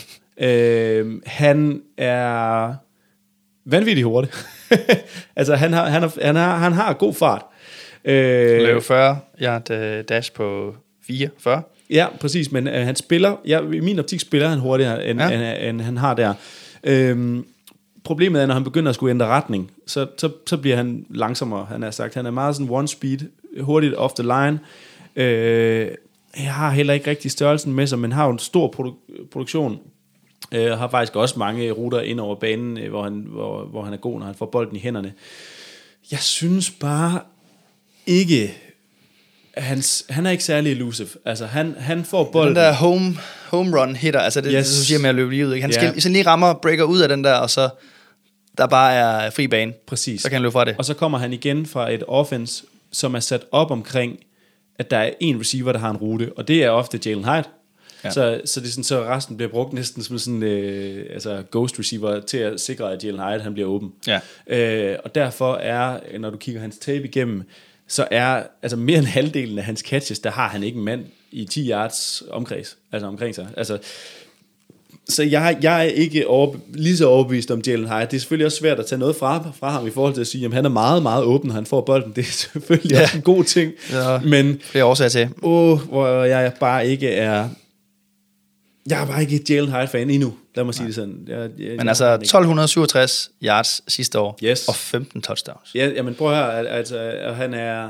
øh, han er vanvittigt hurtig. altså han har, han, har, han, har, han har god fart. Øh, Løb fyrre, jeg har et dash på fire fyrre. Ja, præcis, men øh, han spiller, ja, i min optik spiller han hurtigere, end, ja. end, end han har der. Øhm, problemet er, når han begynder at skulle ændre retning, så, så, så bliver han langsommere, han har sagt. Han er meget sådan one speed, hurtigt off the line. Øh, jeg har heller ikke rigtig størrelsen med sig, men har jo en stor produ- produktion. Jeg øh, har faktisk også mange ruter ind over banen, øh, hvor, han, hvor, hvor han er god, når han får bolden i hænderne. Jeg synes bare ikke... Hans, han er ikke særlig elusive. Altså, han, han får bolden... Den der home, home run hitter, altså det, yes. det du siger med at løbe lige ud. Ikke? Han skal, yeah. så lige rammer, breaker ud af den der, og så der bare er fri bane. Præcis. Så kan han løbe fra det. Og så kommer han igen fra et offense, som er sat op omkring, at der er en receiver, der har en rute, og det er ofte Jalen Hyatt. Ja. Så, så det er sådan, så resten bliver brugt næsten som sådan øh, altså ghost receiver til at sikre, at Jalen Hyatt han bliver åben. Ja. Øh, og derfor er, når du kigger hans tape igennem, så er altså mere end halvdelen af hans catches, der har han ikke en mand i ti yards omkreds, altså omkring sig. Altså, så jeg, jeg er ikke over, lige så overbevist om Jalen Hyatt. Det er selvfølgelig også svært at tage noget fra, fra ham i forhold til at sige, at han er meget, meget åben, når han får bolden. Det er selvfølgelig ja. også en god ting. Ja, men flere årsager til. Åh, hvor jeg bare ikke er... Jeg er bare ikke et Jalen Hyatt-fan endnu. Lad mig sige Nej. det sådan. Jeg, jeg, men altså tolv syvogtres yards sidste år, yes. og femten touchdowns. Ja, jamen prøv at høre, altså, han er...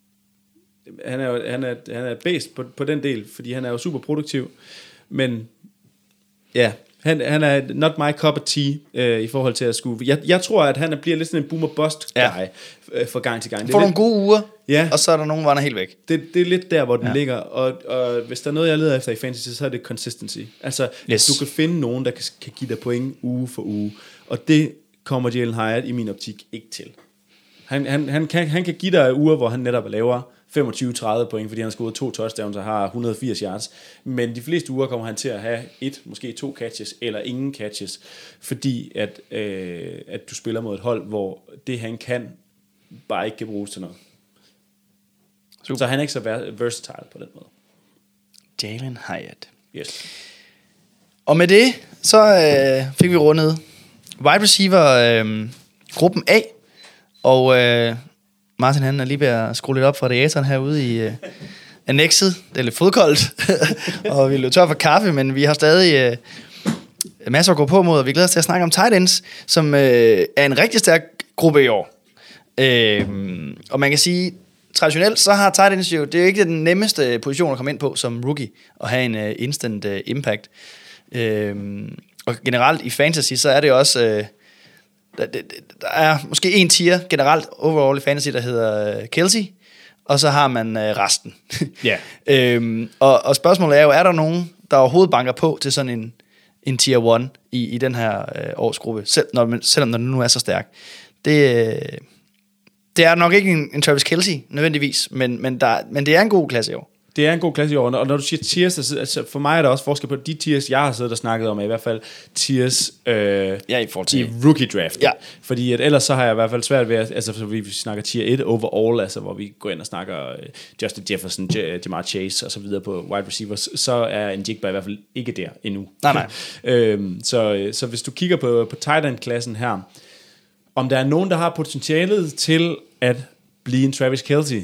Han er, jo, han er, han er bedst på, på den del, fordi han er jo super produktiv. Men ja, han, han er not my cup of tea øh, i forhold til at skulle... Jeg, jeg tror, at han bliver lidt sådan en boomer-bust guy ja. øh, fra gang til gang. Får nogle gode uger, ja. og så er der nogen, hvor han er helt væk. Det, det er lidt der, hvor den ja. ligger. Og, og hvis der er noget, jeg leder efter i fantasy, så er det consistency. Altså, yes. du kan finde nogen, der kan, kan give dig point uge for uge. Og det kommer Jalen Hyatt i min optik ikke til. Han, han, han, kan, han kan give dig uger, hvor han netop er lavere, femogtyve til tredive point, fordi han har scoret to touchdowns og har et hundrede og firs yards. Men de fleste uger kommer han til at have et, måske to catches, eller ingen catches, fordi at, øh, at du spiller mod et hold, hvor det han kan, bare ikke kan bruges til noget. Super. Så han er ikke så versatile på den måde. Jalen Hyatt. Yes. Og med det, så øh, fik vi rundet wide receiver øh, gruppen A. Og øh, Martin han er lige ved at skrue lidt op for radiatoren herude i øh, annexet. Det er lidt fodkoldt, og vi er lidt tør for kaffe, men vi har stadig øh, masser at gå på mod, og vi glæder os til at snakke om tight ends, som øh, er en rigtig stærk gruppe i år. Øh, og man kan sige, traditionelt så har tight ends jo, det er jo ikke den nemmeste position at komme ind på som rookie, og have en uh, instant uh, impact. Øh, og generelt i fantasy, så er det også, øh, der, der er måske en tier generelt overall i fantasy, der hedder Kelsey, og så har man øh, resten. Ja. øhm, og, og spørgsmålet er jo, er der nogen, der overhovedet banker på til sådan en, en tier one i, i den her øh, årsgruppe, selv, når man, selvom den nu er så stærk? Det, øh, det er nok ikke en, en Travis Kelsey nødvendigvis, men, men, der, men det er en god klasse i år. Det er en god klasse i år, og når du siger tiers, altså for mig er der også forskel på de tiers, jeg har siddet og snakket om, i hvert fald tiers øh, ja, i, til... i rookie draft. Ja. Fordi at ellers så har jeg i hvert fald svært ved, at, altså så vi snakker tier et overall, altså hvor vi går ind og snakker uh, Justin Jefferson, J- Jamar Chase og så videre på wide receivers, så er en Jigba i hvert fald ikke der endnu. Nej, nej. øhm, så, så hvis du kigger på, på tight end-klassen her, om der er nogen, der har potentialet til at blive en Travis Kelsey?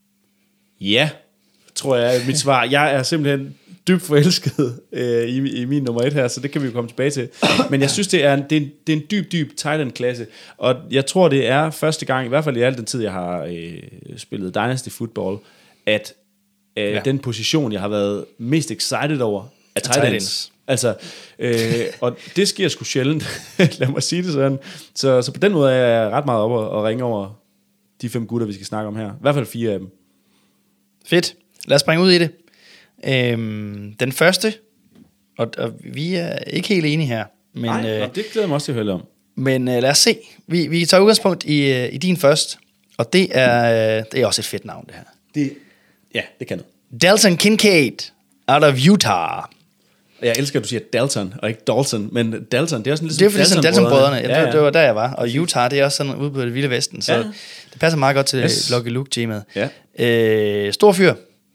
Ja, tror jeg er mit svar. Jeg er simpelthen dybt forelsket øh, i, i min nummer et her, så det kan vi jo komme tilbage til. Men jeg synes, det er en, det er en, det er en dyb, dyb tight end-klasse, og jeg tror, det er første gang, i hvert fald i al den tid, jeg har øh, spillet Dynasty Football, at øh, ja. den position, jeg har været mest excited over, er tight ends. ends. Altså, øh, og det sker sgu sjældent, lad mig sige det sådan. Så, så på den måde er jeg ret meget oppe og ringe over de fem gutter, vi skal snakke om her. I hvert fald fire af dem. Fedt. Lad os springe ud i det. Øhm, den første, og, og vi er ikke helt enige her. Men, Nej, øh, det glæder mig også til at høre om. Men øh, lad os se. Vi, vi tager udgangspunkt i, øh, i din først, og det er, øh, det er også et fedt navn, det her. Det, ja, det kan det. Dalton Kincaid, out of Utah. Jeg elsker, at du siger Dalton, og ikke Dalton, men Dalton, det er også sådan lidt det er ligesom Dalton-brødrene. Dalton ja, ja. Det var der, jeg var. Og Utah, det er også sådan ude på det vilde vesten, så ja. det passer meget godt til yes. Lucky Luke-temaet. Ja. Øh, stor fyr.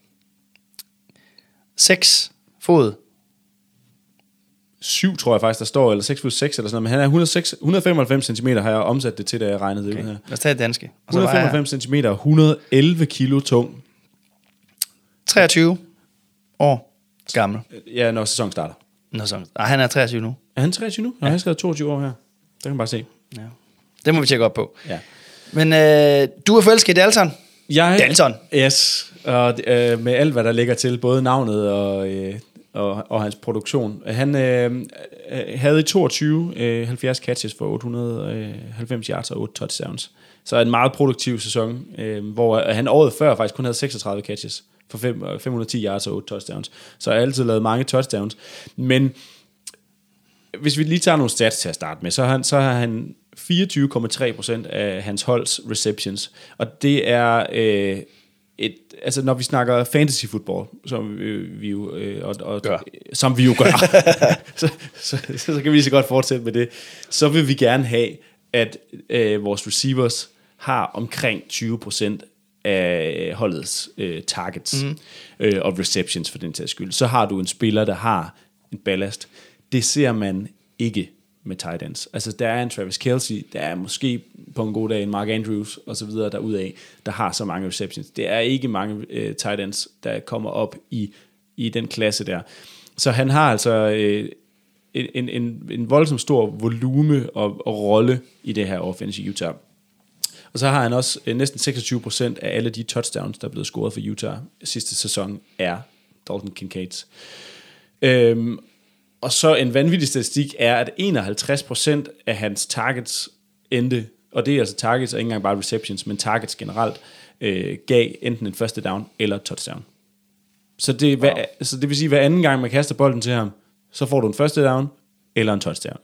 seks fod. syv tror jeg faktisk, der står, eller seks fod seks eller sådan noget, men han er et hundrede og seks, et hundrede og femoghalvfems centimeter, har jeg omsat det til, da jeg regnede okay. det ud her. Lad os tage det danske. et hundrede og femoghalvfems centimeter, et hundrede og elleve kilo tung. treogtyve år gammel. Ja, når sæsonen starter. Når sæsonen starter. Han er treogtyve nu. Er han treogtyve nu? Ja. Han har skrevet toogtyve år her. Det kan man bare se. Ja. Det må vi tjekke op på. Ja. Men øh, du er forelsket i Dalton. Jeg, Dalton. Yes. Og øh, med alt, hvad der ligger til, både navnet og, øh, og, og hans produktion. Han øh, havde i toogtyve øh, halvfjerds catches for otte hundrede og halvfems yards og otte touchdowns. Så en meget produktiv sæson, øh, hvor han året før faktisk kun havde seksogtredive catches for fem hundrede og ti yards og otte touchdowns. Så jeg har altid lavet mange touchdowns. Men hvis vi lige tager nogle stats til at starte med, så har han, så har han fireogtyve komma tre procent af hans holds receptions. Og det er øh, et, altså når vi snakker fantasy football, som vi, vi jo øh, og, og, gør. som vi jo gør, så, så, så, så kan vi lige så godt fortsætte med det. Så vil vi gerne have, at øh, vores receivers har omkring tyve procent af holdets øh, targets mm. øh, og receptions for den tages skyld. Så har du en spiller, der har en ballast. Det ser man ikke med tight ends. Altså der er en Travis Kelsey, der er måske på en god dag en Mark Andrews og så videre derudaf, der har så mange receptions. Det er ikke mange øh, tight ends, der kommer op i, i den klasse der. Så han har altså øh, en, en, en voldsom stor volume og, og rolle i det her offense i Utah. Og så har han også øh, næsten seksogtyve procent af alle de touchdowns, der er blevet scoret for Utah sidste sæson, er Dalton Kincaids. Øhm, og så en vanvittig statistik er, at enoghalvtreds procent af hans targets endte, og det er altså targets, og ikke engang bare receptions, men targets generelt, øh, gav enten en første down eller touchdown. Så det, wow. hver, så det vil sige, at hver anden gang man kaster bolden til ham, så får du en første down eller en touchdown.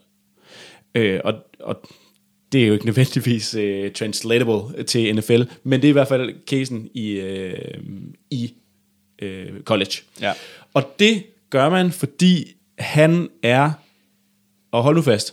Øh, og, og det er jo ikke nødvendigvis uh, translatable til N F L, men det er i hvert fald casen i, uh, i uh, college. Ja. Og det gør man, fordi han er, og hold nu fast,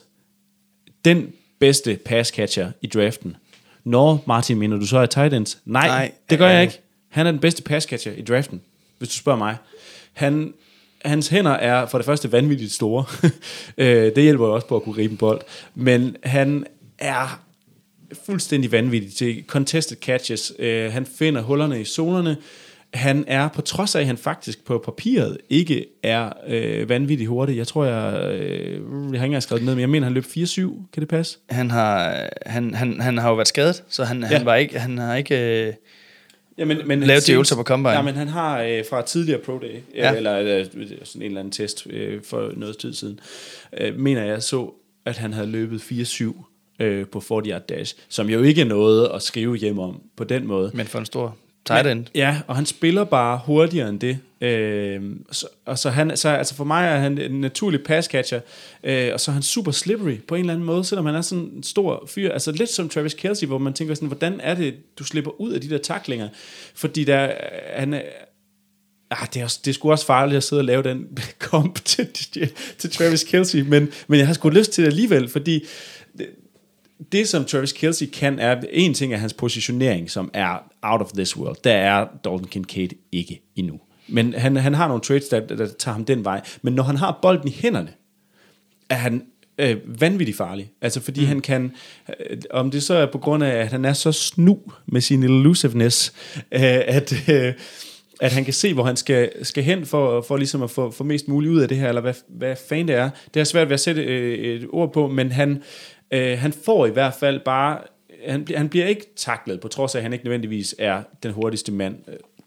den bedste pass catcher i draften. Nå, Martin, mener du så er tight ends? Nej, Nej det gør øh, jeg ikke. Han er den bedste pass catcher i draften, hvis du spørger mig. Han... Hans hænder er for det første vanvittigt store. Det hjælper jo også på at kunne gribe en bold. Men han er fuldstændig vanvittig til contested catches. Øh, han finder hullerne i zonerne. Han er, på trods af, at han faktisk på papiret ikke er øh, vanvittig hurtig. Jeg tror, jeg, øh, jeg har ikke engang skrevet det ned, men jeg mener, han løb fire syv. Kan det passe? Han har, han, han, han har jo været skadet, så han, ja. han, var ikke, han har ikke... Øh, Ja, men, men lavet de øvelser på Combine. Ja, men han har øh, fra tidligere Pro Day, ja. øh, eller øh, sådan en eller anden test øh, for noget tid siden, øh, mener jeg så, at han havde løbet fire syv øh, på fyrre yard dash, som jo ikke er noget at skrive hjem om på den måde. Men for en stor tight end. Ja, og han spiller bare hurtigere end det. Øh, så, og så han, så, altså for mig er han en naturlig passcatcher, øh, og så er han super slippery på en eller anden måde, selvom han er sådan en stor fyr. Altså lidt som Travis Kelce, hvor man tænker sådan, hvordan er det, du slipper ud af de der tacklinger? Fordi der, han er... Ah, det, er også, det er sgu også farligt at sidde og lave den komp til, til, til Travis Kelce, men, men jeg har sgu lyst til det alligevel, fordi... Det, Det, som Travis Kelce kan, er en ting af hans positionering, som er out of this world. Der er Dalton Kincaid ikke endnu. Men han, han har nogle traits, der, der tager ham den vej. Men når han har bolden i hænderne, er han øh, vanvittigt farlig. Altså fordi mm. han kan, øh, om det så er på grund af, at han er så snu med sin elusiveness, øh, at... Øh, at han kan se, hvor han skal, skal hen for, for ligesom at få, få mest muligt ud af det her, eller hvad, hvad fanden det er. Det er svært ved at sætte øh, et ord på, men han, øh, han får i hvert fald bare, han, han bliver ikke taklet, på trods af, at han ikke nødvendigvis er den hurtigste mand.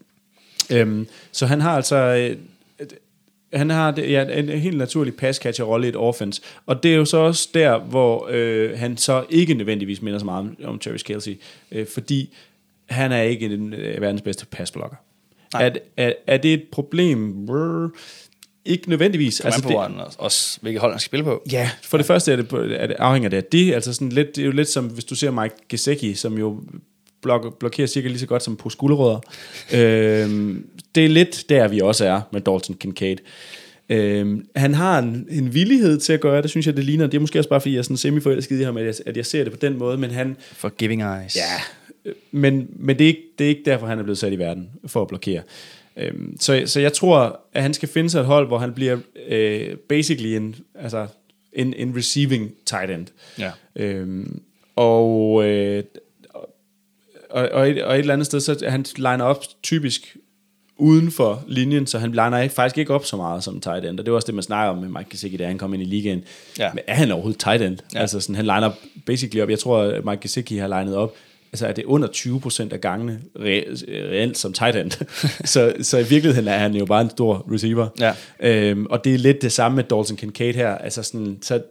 Øhm, så han har altså, øh, han har det, ja, en helt naturlig pass-catcher-rolle i et offense, og det er jo så også der, hvor øh, han så ikke nødvendigvis minder så meget om, om Travis Kelce, øh, fordi han er ikke den øh, verdens bedste passblocker. Er, er, er det et problem? Brrr. Ikke nødvendigvis. Altså, på, det, også hvilket hold han skal spille på. Ja, for det første er det, er det afhænger det af det. Altså sådan lidt, det er jo lidt som, hvis du ser Mike Gesicki, som jo blok, blokerer cirka lige så godt som på skulderrødder. øhm, det er lidt der, vi også er med Dalton Kincaid. Øhm, han har en, en villighed til at gøre det, synes jeg, det ligner. Det er måske også bare, fordi jeg er sådan semi-forelsket i ham, at jeg, at jeg ser det på den måde, men han... Forgiving eyes. Ja, men, men det, er ikke, det er ikke derfor, han er blevet sat i verden, for at blokere. Øhm, så, så jeg tror, at han skal finde sig et hold, hvor han bliver øh, basically en, altså en, en receiving tight end. Ja. Øhm, og, øh, og, og, et, og et eller andet sted, så han liner op typisk uden for linjen, så han liner ikke, faktisk ikke op så meget som tight end, og det var også det, man snakker om med Mike Gesicki, da han kom ind i ligaen. Ja. Men er han overhovedet tight end? Ja. Altså sådan, han liner basically op, jeg tror, at Mike Gesicki har linet op, altså er det under tyve procent af gangene re- reelt som tight end. så, så i virkeligheden er han jo bare en stor receiver. Ja. Øhm, og det er lidt det samme med Dalton Kincaid her. Altså sådan, så,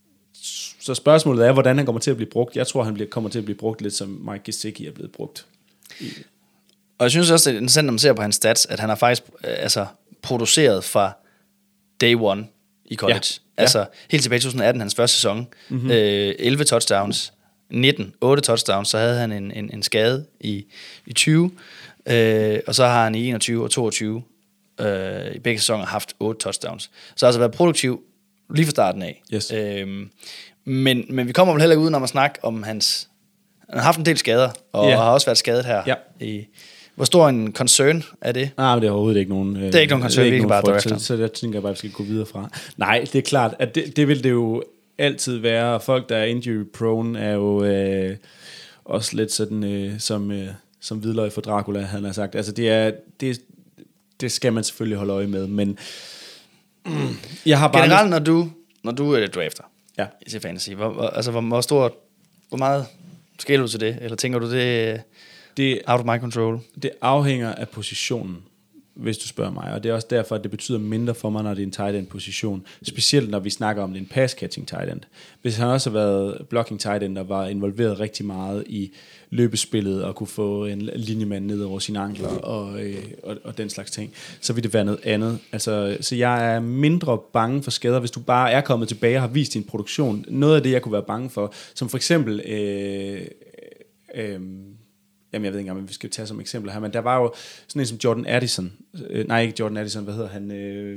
så spørgsmålet er, hvordan han kommer til at blive brugt. Jeg tror, han bliver, kommer til at blive brugt lidt, som Mike Gesicki er blevet brugt. Og jeg synes også, det er interessant, når man ser på hans stats, at han har faktisk øh, altså, produceret fra day one i college. Ja. Altså ja. Helt tilbage i to tusind atten, hans første sæson. Mm-hmm. Øh, elleve touchdowns. nitten, otte touchdowns, så havde han en, en, en skade i, i tyve, øh, og så har han i enogtyve og toogtyve øh, i begge sæsoner haft otte touchdowns. Så har altså været produktiv lige fra starten af. Yes. Øh, men, men vi kommer vel heller ikke uden om at snakke om hans... Han har haft en del skader, og yeah. har også været skadet her. Ja. I, hvor stor en concern er det? Nej, men det er overhovedet ikke nogen... Det er ikke nogen concern, vi kan bare drøfte. Så, så jeg tænker jeg bare, at vi skal gå videre fra. Nej, det er klart, at det, det vil det jo altid være. Folk, der er injury prone, er jo øh, også lidt sådan, øh, som, øh, som hvidløg for Dracula, han har sagt. Altså, det, er, det, det skal man selvfølgelig holde øje med, men mm, jeg har bare... Generelt, når du, når du er drafter ja. i fantasy, hvor, hvor, altså, hvor, hvor stort, hvor meget skal du til det? Eller tænker du, det det out of my control? Det afhænger af positionen, hvis du spørger mig, og det er også derfor, at det betyder mindre for mig, når det er en tight end position, specielt når vi snakker om det en pass catching tight end. Hvis han også har været blocking tight end, der var involveret rigtig meget i løbespillet, og kunne få en linjemand ned over sine ankler, og, øh, og, og den slags ting, så vil det være noget andet. Altså, så jeg er mindre bange for skader, hvis du bare er kommet tilbage og har vist din produktion. Noget af det, jeg kunne være bange for, som for eksempel... Øh, øh, Jamen, jeg ved ikke engang, om vi skal tage som eksempel her, men der var jo sådan en som Jordan Addison. Øh, nej, ikke Jordan Addison, hvad hedder han? Øh,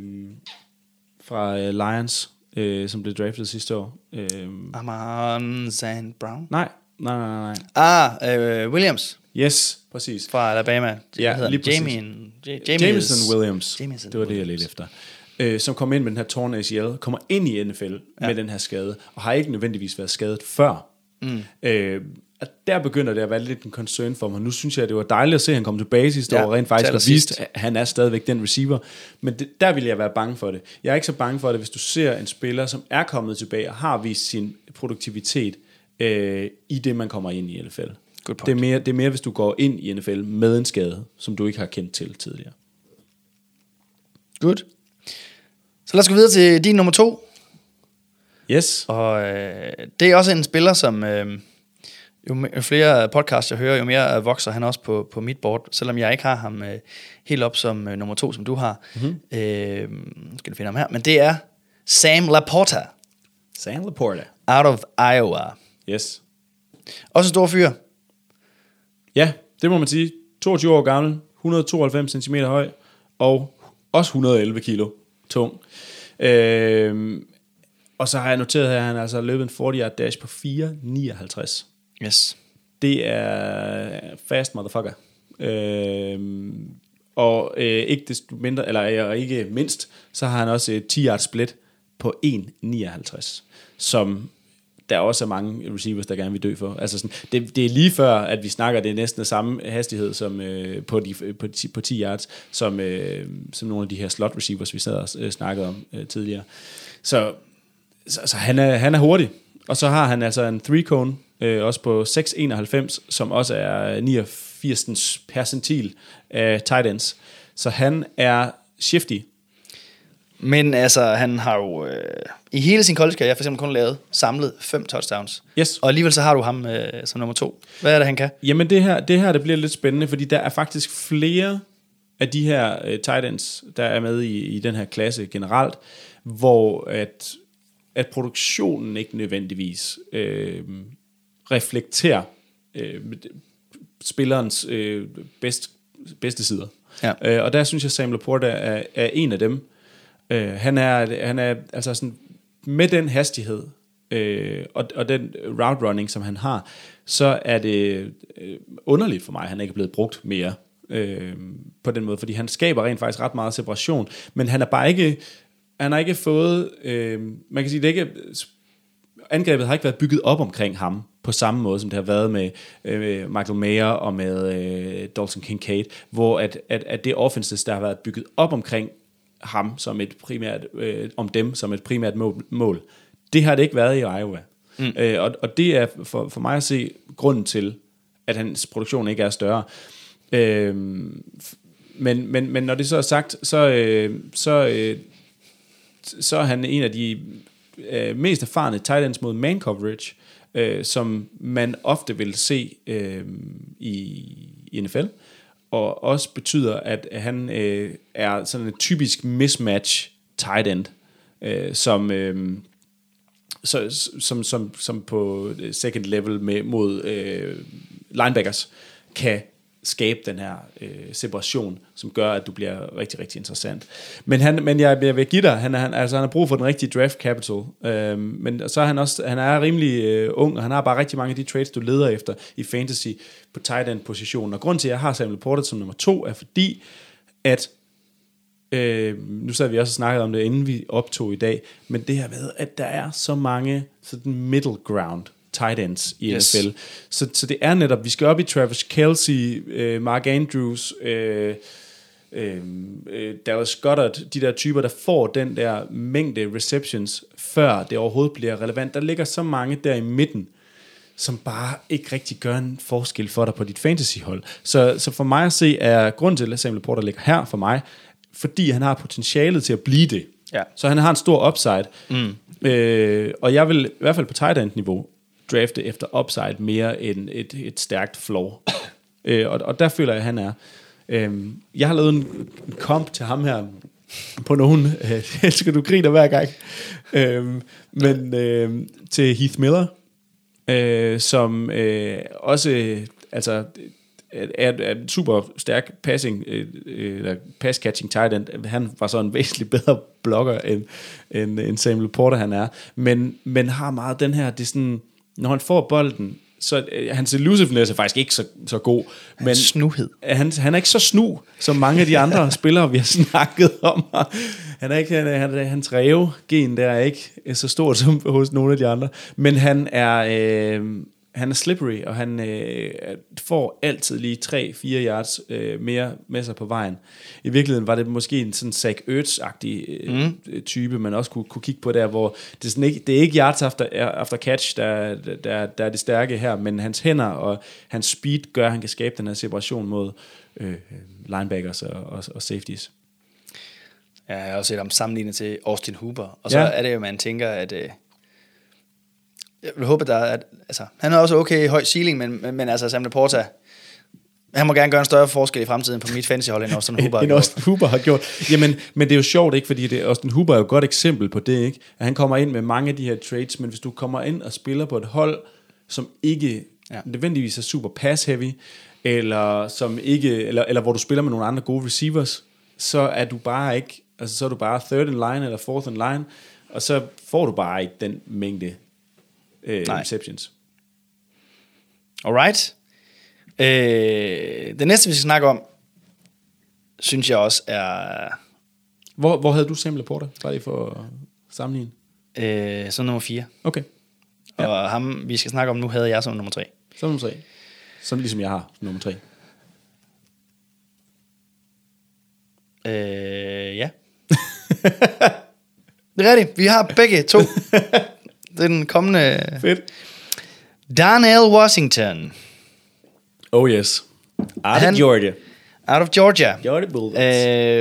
fra øh, Lions, øh, som blev draftet sidste år. Øh, Amon Saint Brown? Nej, nej, nej, nej. Ah, øh, Williams. Yes, præcis. Fra Alabama. Ja, lige præcis. Jamien, J- Jameson Williams. Jameson det var det, jeg ledte efter. Øh, som kom ind med den her torn A C L, kommer ind i N F L ja. med den her skade, og har ikke nødvendigvis været skadet før. Mm. Øh, at der begynder det at være lidt en concern for mig. Nu synes jeg, at det var dejligt at se, at han kom tilbage sidste Ja, år, og rent faktisk har til vist, at han er stadigvæk den receiver. Men det, der vil jeg være bange for det. Jeg er ikke så bange for det, hvis du ser en spiller, som er kommet tilbage og har vist sin produktivitet øh, i det, man kommer ind i N F L. Det er, mere, det er mere, hvis du går ind i N F L med en skade, som du ikke har kendt til tidligere. Good. Så lad os gå videre til din nummer to. Yes. Og øh, det er også en spiller, som øh, jo, jo flere podcasts jeg hører, jo mere vokser han også på, på mit board, selvom jeg ikke har ham øh, helt op som øh, nummer to, som du har. Mm-hmm. Øh, nu skal du finde ham her. Men det er Sam Laporta. Sam Laporta. Out of Iowa. Yes. Også en stor fyr. Ja, det må man sige. toogtyve år gammel, et hundrede og tooghalvfems centimeter høj, og også et hundrede og elleve kilo tung. Øh, og så har jeg noteret her, at han altså løbet en fyrre yard dash på fire nioghalvtreds. Yes. Det er fast motherfucker. Øh, og øh, ikke desto mindre, eller ikke mindst, så har han også et ti yard split på en nioghalvtreds, som der også er mange receivers, der gerne vil dø for. Altså sådan, det, det er lige før, at vi snakker, det er næsten samme hastighed som øh, på, de, på, ti, på ti yards, som, øh, som nogle af de her slot receivers, vi sad og øh, snakkede om øh, tidligere. Så, så, så han, er, han er hurtig. Og så har han altså en three cone, øh, også på seks enoghalvfems, som også er niogfirs percentil af tight ends. Så han er shifty. Men altså, han har jo øh, i hele sin college-karriere for eksempel kun lavet samlet fem touchdowns. Yes. Og alligevel så har du ham øh, som nummer to. Hvad er det, han kan? Jamen det her, det her det bliver lidt spændende, fordi der er faktisk flere af de her øh, tight ends, der er med i, i den her klasse generelt, hvor at, at produktionen ikke nødvendigvis øh, reflekterer øh, spillerens øh, bedst, bedste sider. Ja. Øh, og der synes jeg, Sam Laporta er, er en af dem. Uh, han er han er altså sådan med den hastighed uh, og, og den route running som han har, så er det uh, underligt for mig at han ikke er blevet brugt mere uh, på den måde, fordi han skaber rent faktisk ret meget separation, men han er bare ikke han har ikke fået uh, man kan sige det ikke angrebet har ikke været bygget op omkring ham på samme måde som det har været med uh, Michael Mayer og med uh, Dalton Kincaid, hvor at, at, at det offenses der har været bygget op omkring ham som et primært øh, om dem som et primært mål, mål. Det har det ikke været i Iowa. Mm. Øh, og, og det er for, for mig at se grunden til at hans produktion ikke er større. Øh, men, men, men når det så er sagt, så øh, så, øh, så er han en af de øh, mest erfarne tight ends mod man coverage, øh, som man ofte vil se øh, i, i N F L. Og også betyder, at han øh, er sådan en typisk mismatch tight end, øh, som, øh, så, som, som, som på second level med, mod øh, linebackers kan skabe den her øh, separation, som gør, at du bliver rigtig, rigtig interessant. Men, han, men jeg, jeg vil give dig, han, han, altså, han har brug for den rigtige draft capital, øh, men så er han også, han er rimelig øh, ung, og han har bare rigtig mange af de trades, du leder efter i fantasy på tight end positionen. Og grund til, at jeg har Sam Laporta som nummer to, er fordi, at øh, nu sad vi også og snakket om det, inden vi optog i dag, men det her med, at der er så mange sådan middle ground tight ends i yes. N F L. Så, så det er netop, vi skal op i Travis Kelce, øh, Mark Andrews, øh, øh, Dallas Goedert, de der typer, der får den der mængde receptions, før det overhovedet bliver relevant. Der ligger så mange der i midten, som bare ikke rigtig gør en forskel for dig på dit fantasyhold. Så, så for mig at se, er grunden til, at Sam Laporta ligger her for mig, fordi han har potentialet til at blive det. Ja. Så han har en stor upside. Mm. Øh, og jeg vil i hvert fald på tight end niveau drafte efter upside mere end et, et stærkt floor. øh, og, og der føler jeg, at han er. Øh, jeg har lavet en, en komp til ham her på nogen. Øh, skal du grine hver gang. Øh, men øh, til Heath Miller, øh, som øh, også øh, altså er, er en super stærk passing øh, eller pass catching tight end. Han var så en væsentligt bedre blokker end, end, end Sam Laporta han er, men, men har meget den her, det er sådan, når han får bolden, så øh, hans elusiveness er faktisk ikke så, så god, men snuhed. Han, han er ikke så snu som mange af de andre spillere vi har snakket om. Han er ikke han, han, hans ræve gen der er ikke så stort som hos nogle af de andre, men han er øh, han er slippery, og han øh, får altid lige tre fire yards øh, mere med sig på vejen. I virkeligheden var det måske en sådan Zach Ertz-agtig øh, mm. type, man også kunne, kunne kigge på der, hvor det er, sådan ikke, det er ikke yards after, after catch, der, der, der er det stærke her, men hans hænder og hans speed gør, at han kan skabe den her separation mod øh, linebackers og, og, og safeties. Ja, jeg har også set ham sammenlignet til Austin Hooper, og så Ja. er det jo, man tænker, at øh, jeg vil håbe, der er, at, altså, han er også okay høj ceiling, men, men, men altså Sam Laporta, han må gerne gøre en større forskel i fremtiden på mit fantasyhold, end Austin Hooper har end gjort. Austin Hooper har gjort. Jamen, men det er jo sjovt, ikke? Fordi det, Austin Hooper er jo et godt eksempel på det, ikke? At han kommer ind med mange af de her trades, men hvis du kommer ind og spiller på et hold, som ikke ja. nødvendigvis er super pass-heavy, eller, som ikke, eller, eller hvor du spiller med nogle andre gode receivers, så er du bare ikke, altså så er du bare third in line eller fourth in line, og så får du bare ikke den mængde øh, receptions. Alright. Øh, det næste, vi skal snakke om, synes jeg også er... Hvor, hvor havde du Sam Laporta? Bare lige for at sammenligne. Øh, som nummer fire. Okay. Ja. Og ham, vi skal snakke om nu, havde jeg som nummer tre. Som nummer tre. Som ligesom jeg har nummer tre. Øh, ja. Det er rigtigt. Vi har begge to. Det er den kommende... Fedt. Darnell Washington. Oh yes. Out Han- of Georgia. Out of Georgia. Georgia Bulldogs.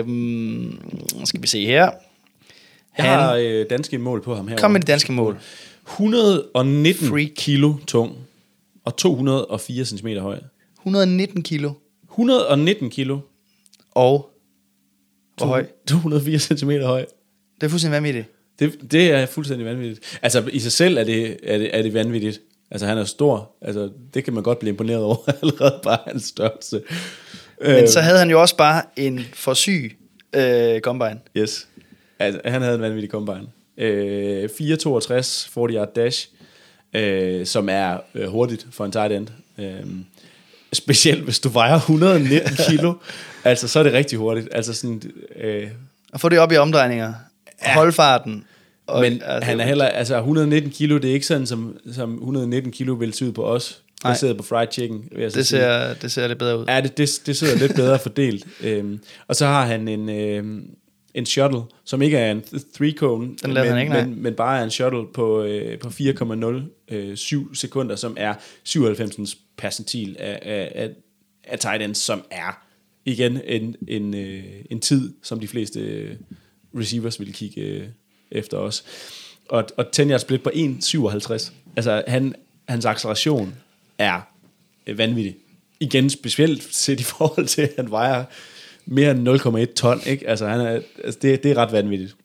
Øh, skal vi se her. Jeg Han har øh, danske mål på ham her. kom med de danske mål. et hundrede og nitten Freak. kilo tung og to hundrede og fire centimeter høj. et hundrede og nitten kilo. et hundrede og nitten kilo. Og hvor høj? to hundrede og fire centimeter høj. Det er fuldstændig vanvittigt. Det, det er fuldstændig vanvittigt. Altså i sig selv er det, er det, er det vanvittigt. Altså han er stor. Altså det kan man godt blive imponeret over allerede bare hans størrelse. Men så havde han jo også bare en for syg øh, combine. Yes. Altså, han havde en vanvittig combine. Øh, fire toogtres fyrre yard dash, øh, som er øh, hurtigt for en tight end. Øh, specielt hvis du vejer et hundrede og nitten kilo, altså så er det rigtig hurtigt. Altså sådan, øh, Og få det op i omdrejninger. Ja. Holde farten. Og, men altså, han er heller, altså et hundrede og nitten kilo, det er ikke sådan, som, som et hundrede og nitten kilo vil se ud på os. Nej. Baseret på fried chicken. Vil jeg så det, sige. ser, det ser lidt bedre ud. Ja, det, det, det sidder lidt bedre fordelt. Øhm, og så har han en, øhm, en shuttle, som ikke er en three-cone, Den lavede men, han ikke, nej. men, men bare er en shuttle på, øh, på fire komma nul syv sekunder, som er syvoghalvfems percentil af, af, af, af tight ends, som er igen en, en, øh, en tid, som de fleste øh, receivers vil kigge øh, efter os. Og, og ten yard split på en komma syvoghalvtreds. Altså han, hans acceleration er øh, vanvittig. Igen specielt set i forhold til, at han vejer mere end nul komma en ton, ikke? Altså, han er, altså det, det er ret vanvittigt.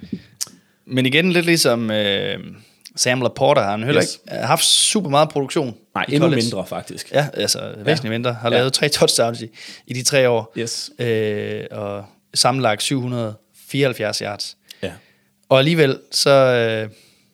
Men igen lidt ligesom øh, Sam Laporta har han heller Yes. ikke haft super meget produktion. Nej, i endnu college. mindre faktisk. Ja, altså væsentligt Ja. mindre. Har Ja. lavet tre touchdowns i, i de tre år. Yes. Øh, og sammenlagt syv hundrede og fireoghalvfjerds yards. Ja. Og alligevel, så... Øh,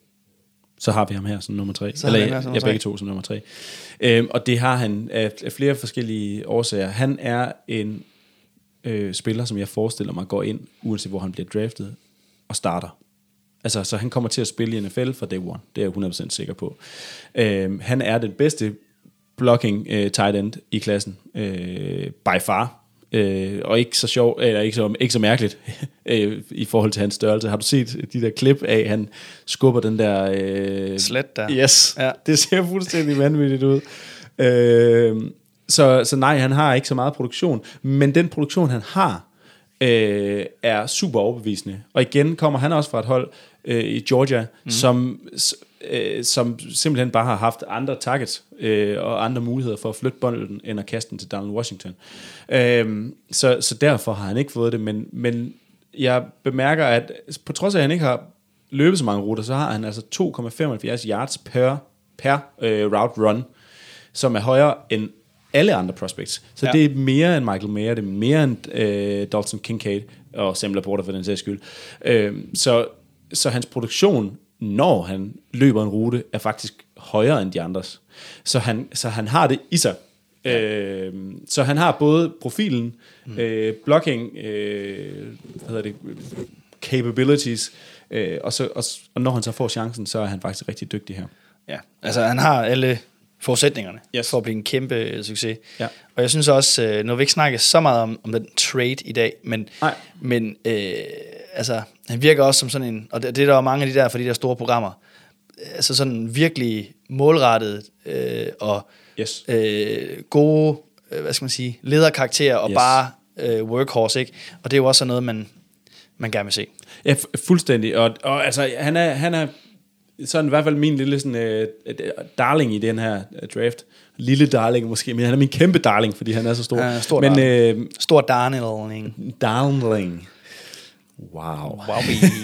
Så har vi ham her som nummer tre. Så har vi Eller ham her som ja, nummer begge tre. to som nummer tre. Øhm, og det har han af, af flere forskellige årsager. Han er en øh, spiller, som jeg forestiller mig går ind, uanset hvor han bliver draftet, og starter. Altså, så han kommer til at spille i N F L fra day one. Det er jeg hundrede procent sikker på. Øhm, han er den bedste blocking øh, tight end i klassen. Øh, by far. Øh, og ikke så sjov, eller ikke så, ikke så mærkeligt øh, i forhold til hans størrelse. Har du set de der klip af, at han skubber den der... Øh, Slet der. Yes, Ja. ja. Det ser fuldstændig vanvittigt ud. Øh, så, så nej, han har ikke så meget produktion, men den produktion, han har, øh, er super overbevisende. Og igen kommer han også fra et hold øh, i Georgia, mm. som, øh, som simpelthen bare har haft andre targets øh, og andre muligheder for at flytte bolden, end at kaste den til Donald Washington. Øh, så, så derfor har han ikke fået det, men, men jeg bemærker, at på trods af, at han ikke har løbet så mange ruter, så har han altså to komma femoghalvfjerds yards per, per øh, route run, som er højere end alle andre prospects. Så Ja. ja. det er mere end Michael Mayer, det er mere end øh, Dalton Kincaid og Sam Laporta for den sags skyld. Øh, så, så hans produktion, når han løber en rute, er faktisk højere end de andres. Så han, så han har det i sig. Ja. Øh, så han har både profilen, mm. øh, blocking, øh, hvad hedder det, capabilities, øh, og, så, og, og når han så får chancen, så er han faktisk rigtig dygtig her. Ja, altså han har alle forudsætningerne Yes. for at blive en kæmpe øh, succes. Ja. Og jeg synes også, øh, nu har vi ikke snakket så meget om, om den trade i dag, men, men øh, altså, han virker også som sådan en, og det, det er der jo mange af de der, for de der store programmer, altså sådan virkelig målrettet øh, og Yes. øh, gode, øh, hvad skal man sige, lederkarakterer og Yes. bare øh, workhorse, ikke? Og det er jo også sådan noget, man, man gerne vil se. Ja, fu- fuldstændig. Og, og altså, han er, han er sådan i hvert fald min lille sådan, øh, darling i den her øh, draft. Lille darling måske, men han er min kæmpe darling, fordi han er så stor. Ja, stor men, darling. Øh, Stor darling. darling. Wow. Wow.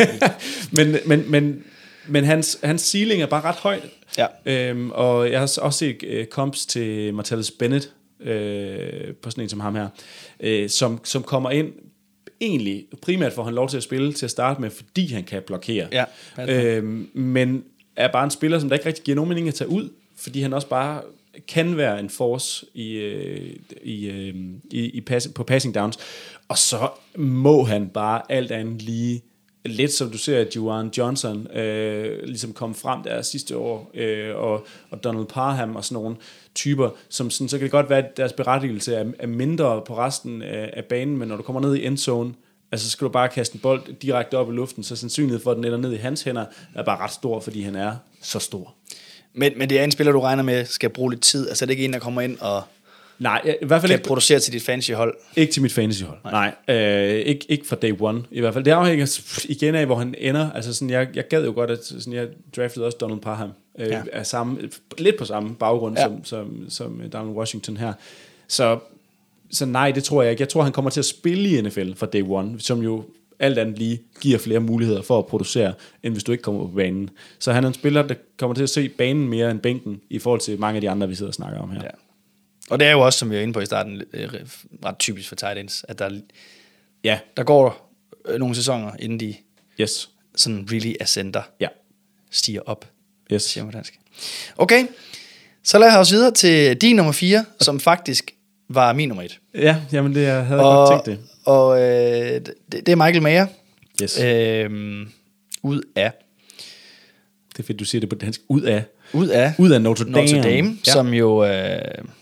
men, men, men, men hans, hans ceiling er bare ret højt. Ja. Øhm, og jeg har også set øh, comps til Martellus Bennett, øh, på sådan en som ham her, øh, som, som kommer ind egentlig primært får han lov til at spille til at starte med, fordi han kan blokere. Ja, øhm, men er bare en spiller, som der ikke rigtig giver nogen mening at tage ud, fordi han også bare kan være en force i, øh, i, øh, i, i pass, på passing downs. Og så må han bare alt andet lige, lidt som du ser, at Juwan Johnson øh, ligesom kom frem der sidste år, øh, og, og Donald Parham og sådan nogle typer, som sådan, så kan det godt være, at deres berettigelse er, er mindre på resten af, af banen, men når du kommer ned i endzone, altså så skal du bare kaste en bold direkte op i luften, så sandsynligheden for, at den ender ned i hans hænder, er bare ret stor, fordi han er så stor. Men, men det er en spiller, du regner med, skal bruge lidt tid. Altså det er ikke en, der kommer ind og Nej, i hvert fald kan ikke producere til dit fantasy-hold. Ikke til mit fantasyhold. Nej, Nej øh, ikke, ikke fra day one i hvert fald. Det afhænger igen af, hvor han ender. Altså sådan, jeg, jeg gad jo godt, at sådan, jeg draftede også Donald Parham. Øh, Ja. er samme, lidt på samme baggrund Ja. som, som, som Donald Washington her. Så, så nej, det tror jeg ikke. Jeg tror, han kommer til at spille i N F L fra day one, som jo alt andet lige giver flere muligheder for at producere, end hvis du ikke kommer på banen. Så han er en spiller, der kommer til at se banen mere end bænken, i forhold til mange af de andre, vi sidder og snakker om her. Ja. Og det er jo også, som vi var inde på i starten, øh, ret typisk for tight ends, at der, Ja, der går øh, nogle sæsoner, inden de yes. sådan really ascender, Ja, stiger op, yes. siger man på dansk. Okay, så lad os videre til din nummer fire, som faktisk var min nummer et. Ja, jamen det jeg havde jeg Og, godt tænkt det. og øh, det, det er Michael Mayer, Yes. øhm, ud af Det er fedt, du siger det på dansk. Ud af. ud af Ud af Notre Dame. Notre Dame, Ja. som jo øh,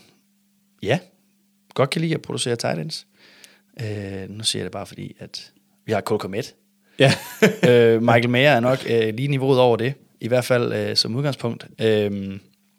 ja, godt kan lide at producere tight ends. Øh, nu siger jeg det bare fordi, at vi har Cole Kmet. Ja. øh, Michael Mayer er nok øh, lige niveauet over det, i hvert fald øh, som udgangspunkt. Øh,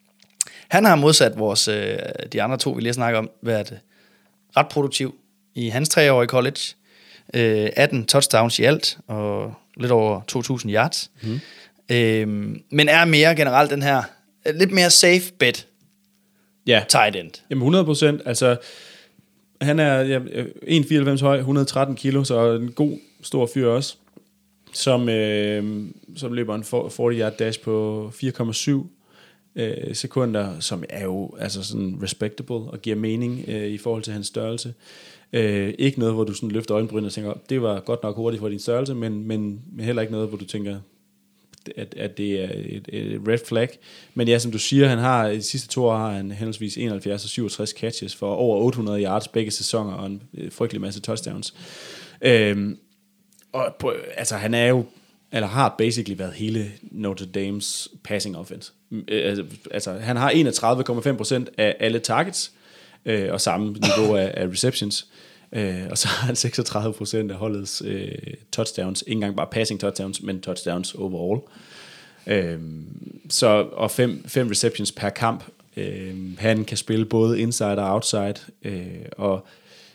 han har modsat vores, øh, de andre to, vi lige har snakket om, været øh, ret produktiv i hans tre år i college. Øh, atten touchdowns i alt, og lidt over to tusind yards. Mm. Øh, men er mere generelt den her, øh, lidt mere safe bet Ja. tight end. Jamen hundrede procent. Altså, han er ja, en komma fireoghalvfems høj, et hundrede og tretten kilo, så en god, stor fyr også, som, øh, som løber en fyrre yard dash på fire komma syv øh, sekunder, som er jo altså sådan respectable og giver mening øh, i forhold til hans størrelse. Øh, ikke noget, hvor du sådan løfter øjenbryn og tænker, det var godt nok hurtigt for din størrelse, men, men, men heller ikke noget, hvor du tænker, at, at det er et, et red flag. Men ja, som du siger, han har i de sidste to år har han henholdsvis enoghalvfjerds og syvogtres catches for over otte hundrede yards begge sæsoner og en frygtelig masse touchdowns. Øhm, og på, altså han er jo eller har basically været hele Notre Dames passing offense. Altså, altså han har enogtredive komma fem procent af alle targets øh, og samme niveau af, af receptions. Øh, og så har han seksogtredive procent af holdets øh, touchdowns, ikke engang bare passing touchdowns, men touchdowns overall. Øh, så, og fem, fem receptions per kamp. Øh, han kan spille både inside og outside, øh, og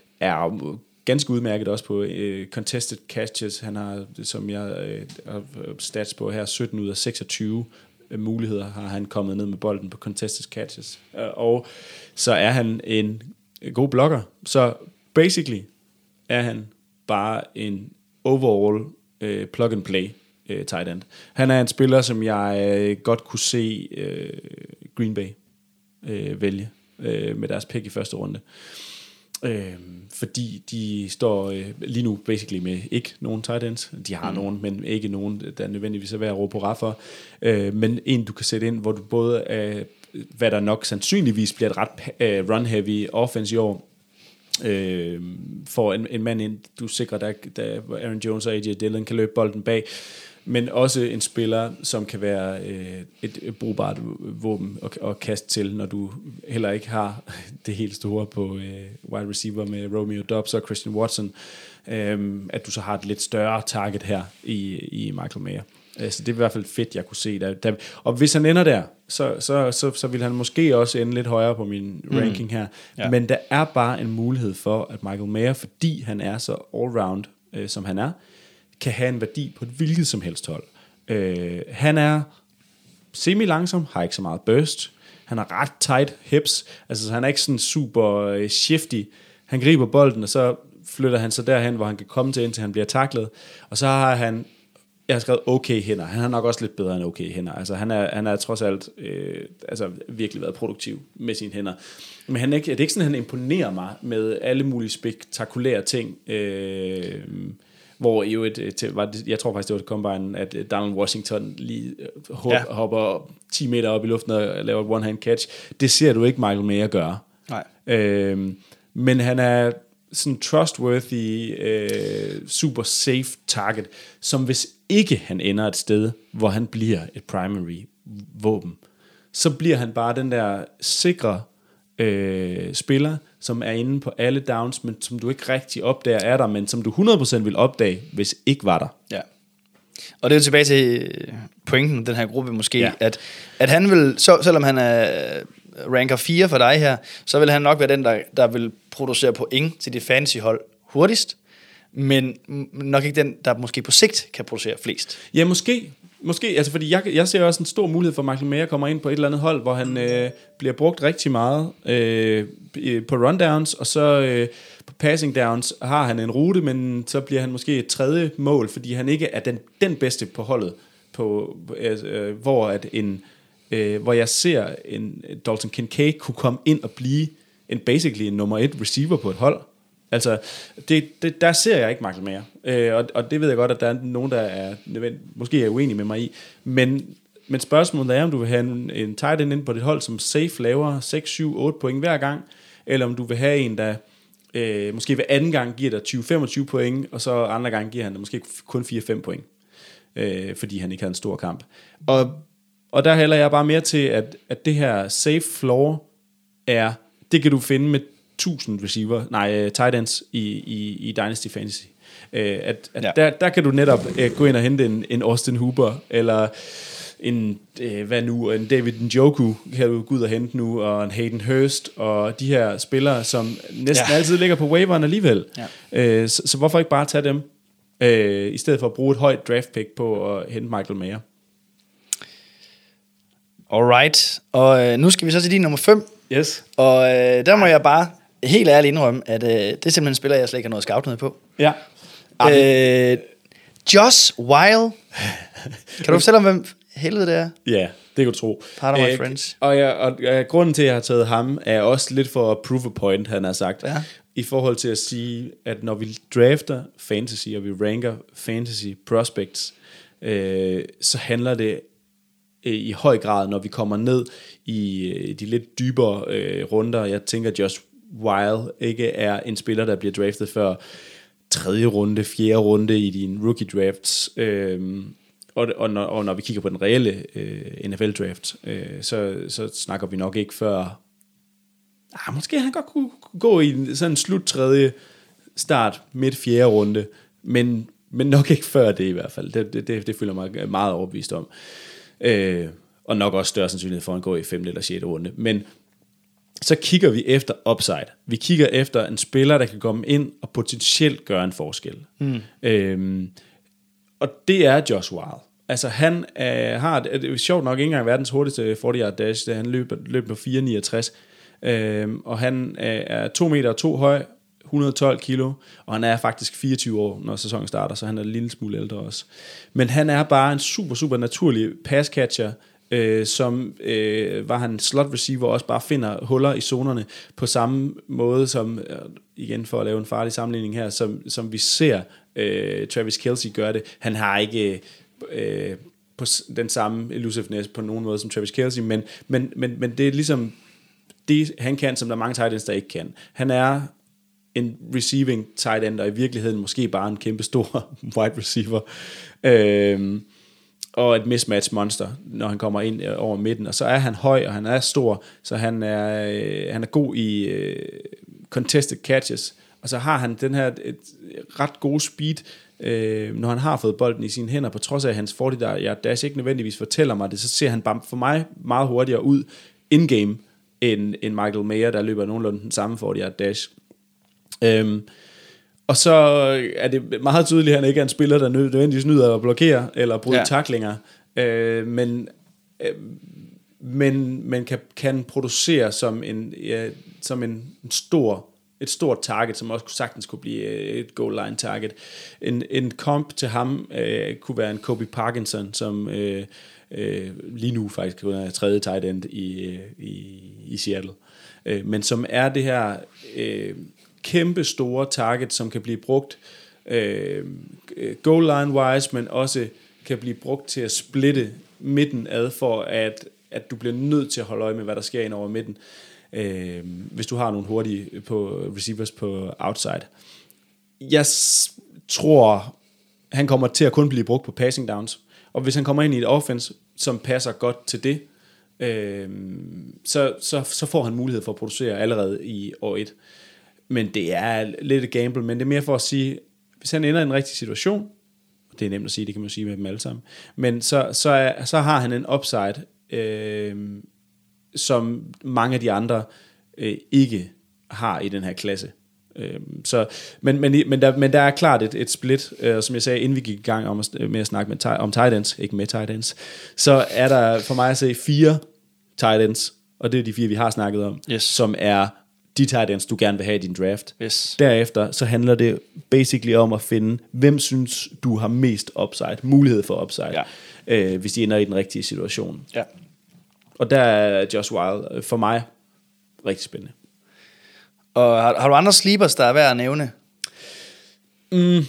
er ganske udmærket også på øh, contested catches. Han har, som jeg øh, har stats på her, sytten ud af seksogtyve muligheder har han kommet ned med bolden på contested catches. Øh, og så er han en god blokker. Så basically er han bare en overall øh, plug and play øh, tight end. Han er en spiller, som jeg øh, godt kunne se øh, Green Bay øh, vælge øh, med deres pick i første runde. Øh, fordi de står øh, lige nu basically med ikke nogen tight ends. De har mm. nogen, men ikke nogen, der nødvendigvis er værd at råbe på for. Øh, men en, du kan sætte ind, hvor du både, øh, hvad der nok sandsynligvis bliver et ret øh, run-heavy offense i år, øh, for en, en mand ind, du sikrer, der, der Aaron Jones og A J Dillon kan løbe bolden bag. men også en spiller, som kan være øh, et, et brugbart våben at, at kaste til, når du heller ikke har det helt store på øh, wide receiver med Romeo Doubs og Christian Watson, øh, at du så har et lidt større target her i, i Michael Mayer. Så det er i hvert fald fedt, jeg kunne se der. der og hvis han ender der, så, så, så, så vil han måske også ende lidt højere på min mm. ranking her. Ja. Men der er bare en mulighed for, at Michael Mayer, fordi han er så all-round, øh, som han er, kan have en værdi på et hvilket som helst hold. Øh, han er semi-langsom, har ikke så meget burst. Han har ret tight hips. Altså han er ikke sådan super øh, shifty. Han griber bolden, og så flytter han sig derhen, hvor han kan komme til, indtil han bliver taklet. Og så har han... Jeg har skrevet okay hænder. Han har nok også lidt bedre end okay hænder. Altså han er han er trods alt øh, altså virkelig været produktiv med sine hænder. Men han er ikke, det er ikke sådan, at han imponerer mig med alle mulige spektakulære ting. Øh, hvor jo et, et, var det, jeg tror faktisk det var et combine, at Donald Washington lige hop, ja. hopper ti meter op i luften og laver et one hand catch. Det ser du ikke Michael Mayer gøre. Nej. Øh, men han er sådan trustworthy, øh, super safe target, som hvis ikke han ender et sted, hvor han bliver et primary våben, så bliver han bare den der sikre øh, spiller, som er inde på alle downs, men som du ikke rigtig opdager er der, men som du hundrede procent vil opdage, hvis ikke var der. Ja. Og det er jo tilbage til pointen, den her gruppe måske, ja. at, at han vil, så, selvom han er ranker fire for dig her, så vil han nok være den, der, der vil producere point til det fantasy hold hurtigst, men nok ikke den, der måske på sigt kan producere flest. Ja, måske. Måske, altså fordi jeg, jeg ser også en stor mulighed for, at Michael Mayer kommer ind på et eller andet hold, hvor han øh, bliver brugt rigtig meget øh, på rundowns, og så øh, på passing downs har han en rute, men så bliver han måske et tredje mål, fordi han ikke er den, den bedste på holdet, på, øh, hvor at en øh, hvor jeg ser en Dalton Kincaid kunne komme ind og blive en basically en nummer et receiver på et hold. Altså, det, det, der ser jeg ikke Michael Mayer. Øh, og, og det ved jeg godt, at der er nogen, der er måske er uenige med mig i. Men, men spørgsmålet er, om du vil have en, en tight end ind på dit hold, som safe laver seks, syv, otte point hver gang, eller om du vil have en, der øh, måske hver anden gang giver dig tyve til femogtyve point, og så andre gange giver han dig måske kun fire til fem point, øh, fordi han ikke har en stor kamp. Og, og der hælder jeg bare mere til, at, at det her safe floor er, det kan du finde med tusind receiver, nej, tight ends i, i, i Dynasty Fantasy. Uh, at, at ja. der, der kan du netop uh, gå ind og hente en, en Austin Hooper, eller en, uh, hvad nu, en David Njoku kan du gå ud og hente nu, og en Hayden Hurst, og de her spillere, som næsten ja. altid ligger på waiveren alligevel. Ja. Uh, så, så hvorfor ikke bare tage dem, uh, i stedet for at bruge et højt draft pick på at hente Michael Mayer? Alright, og uh, nu skal vi så til din nummer fem. Yes. Og uh, der må jeg bare helt ærligt indrømme, at uh, det er simpelthen en spiller, jeg slet ikke har noget scout noget på. Ja. Uh, Josh Whyle. Kan du fortælle om, hvem helvede det er? Ja, det kan du tro. Part of my uh, friends. Og, jeg, og, og grunden til, at jeg har taget ham, er også lidt for at prove a point, han har sagt. Ja. I forhold til at sige, at når vi drafter fantasy, og vi ranker fantasy prospects, øh, så handler det i høj grad, når vi kommer ned i de lidt dybere øh, runder. Jeg tænker, at Josh Whyle ikke er en spiller, der bliver draftet før tredje runde, fjerde runde i dine rookie drafts. Øh, og, og, når, og når vi kigger på den reelle øh, N F L-draft, øh, så, så snakker vi nok ikke før... Ah, måske han godt kunne, kunne gå i sådan en slut tredje, start midt fjerde runde, men, men nok ikke før det i hvert fald. Det, det, det, det føler mig meget overbevist om. Øh, og nok også større sandsynlighed for at gå i femte eller sjette runde. Men så kigger vi efter upside. Vi kigger efter en spiller, der kan komme ind og potentielt gøre en forskel. Mm. Øh, og det er Josh Whyle. Altså han øh, har, det er sjovt nok ikke engang verdens hurtigste fyrre yard dash, da han løb, løb på fire niogtres. Øh, og han øh, er to meter og to høj, et hundrede og tolv kilo, og han er faktisk fireogtyve år, når sæsonen starter, så han er en lille smule ældre også. Men han er bare en super, super naturlig passcatcher, øh, som øh, var han slot receiver, også bare finder huller i zonerne på samme måde som, øh, igen for at lave en farlig sammenligning her, som, som vi ser øh, Travis Kelce gøre det. Han har ikke øh, på den samme elusiveness på nogen måde som Travis Kelce, men, men, men, men det er ligesom det, han kan, som der er mange tight ends, der ikke kan. Han er en receiving tight end, og i virkeligheden måske bare en kæmpe stor wide receiver. Øhm, og et mismatch monster, når han kommer ind over midten. Og så er han høj, og han er stor, så han er, øh, han er god i øh, contested catches. Og så har han den her et, ret gode speed, øh, når han har fået bolden i sine hænder, på trods af hans forty yard dash ikke nødvendigvis fortæller mig det, så ser han bare for mig meget hurtigere ud in-game, end, end Michael Mayer, der løber nogenlunde den samme forty yard dash. Øhm, og så er det meget tydeligt, at han ikke er en spiller, der nødvendigvis nyder at blokere, eller bryde ja. tacklinger, øh, men, øh, men, men kan, kan producere som en, ja, som en, en stor et stort target, som også sagtens kunne blive et goal line target. En, en komp til ham øh, kunne være en Kobe Parkinson, som øh, øh, lige nu faktisk kun er tredje tight end i, i, i Seattle. Øh, men som er det her øh, kæmpe store target, som kan blive brugt øh, goal line wise, men også kan blive brugt til at splitte midten ad, for at, at du bliver nødt til at holde øje med, hvad der sker ind over midten. Øh, hvis du har nogle hurtige på receivers på outside. Jeg s- tror han kommer til at kun blive brugt på passing downs, og hvis han kommer ind i et offense som passer godt til det, øh, så, så, så får han mulighed for at producere allerede i år et. Men det er lidt et gamble, men det er mere for at sige, hvis han ender i en rigtig situation, det er nemt at sige, det kan man sige med dem alle sammen, men så, så, er, så har han en upside, øh, som mange af de andre øh, ikke har i den her klasse. Øh, så, men, men, men, der, men der er klart et, et split, øh, som jeg sagde, inden vi gik i gang om at, med at snakke med, om tight ends, ikke med tight ends, så er der for mig at se fire tight ends, og det er de fire, vi har snakket om, yes. som er de tight ends, du gerne vil have i din draft. Yes. Derefter så handler det basically om at finde, hvem synes du har mest upside, mulighed for upside, ja. øh, hvis de ender i den rigtige situation. Ja. Og der er Josh Wild for mig rigtig spændende. Og har, har du andre sleepers, der er værd at nævne? Mm,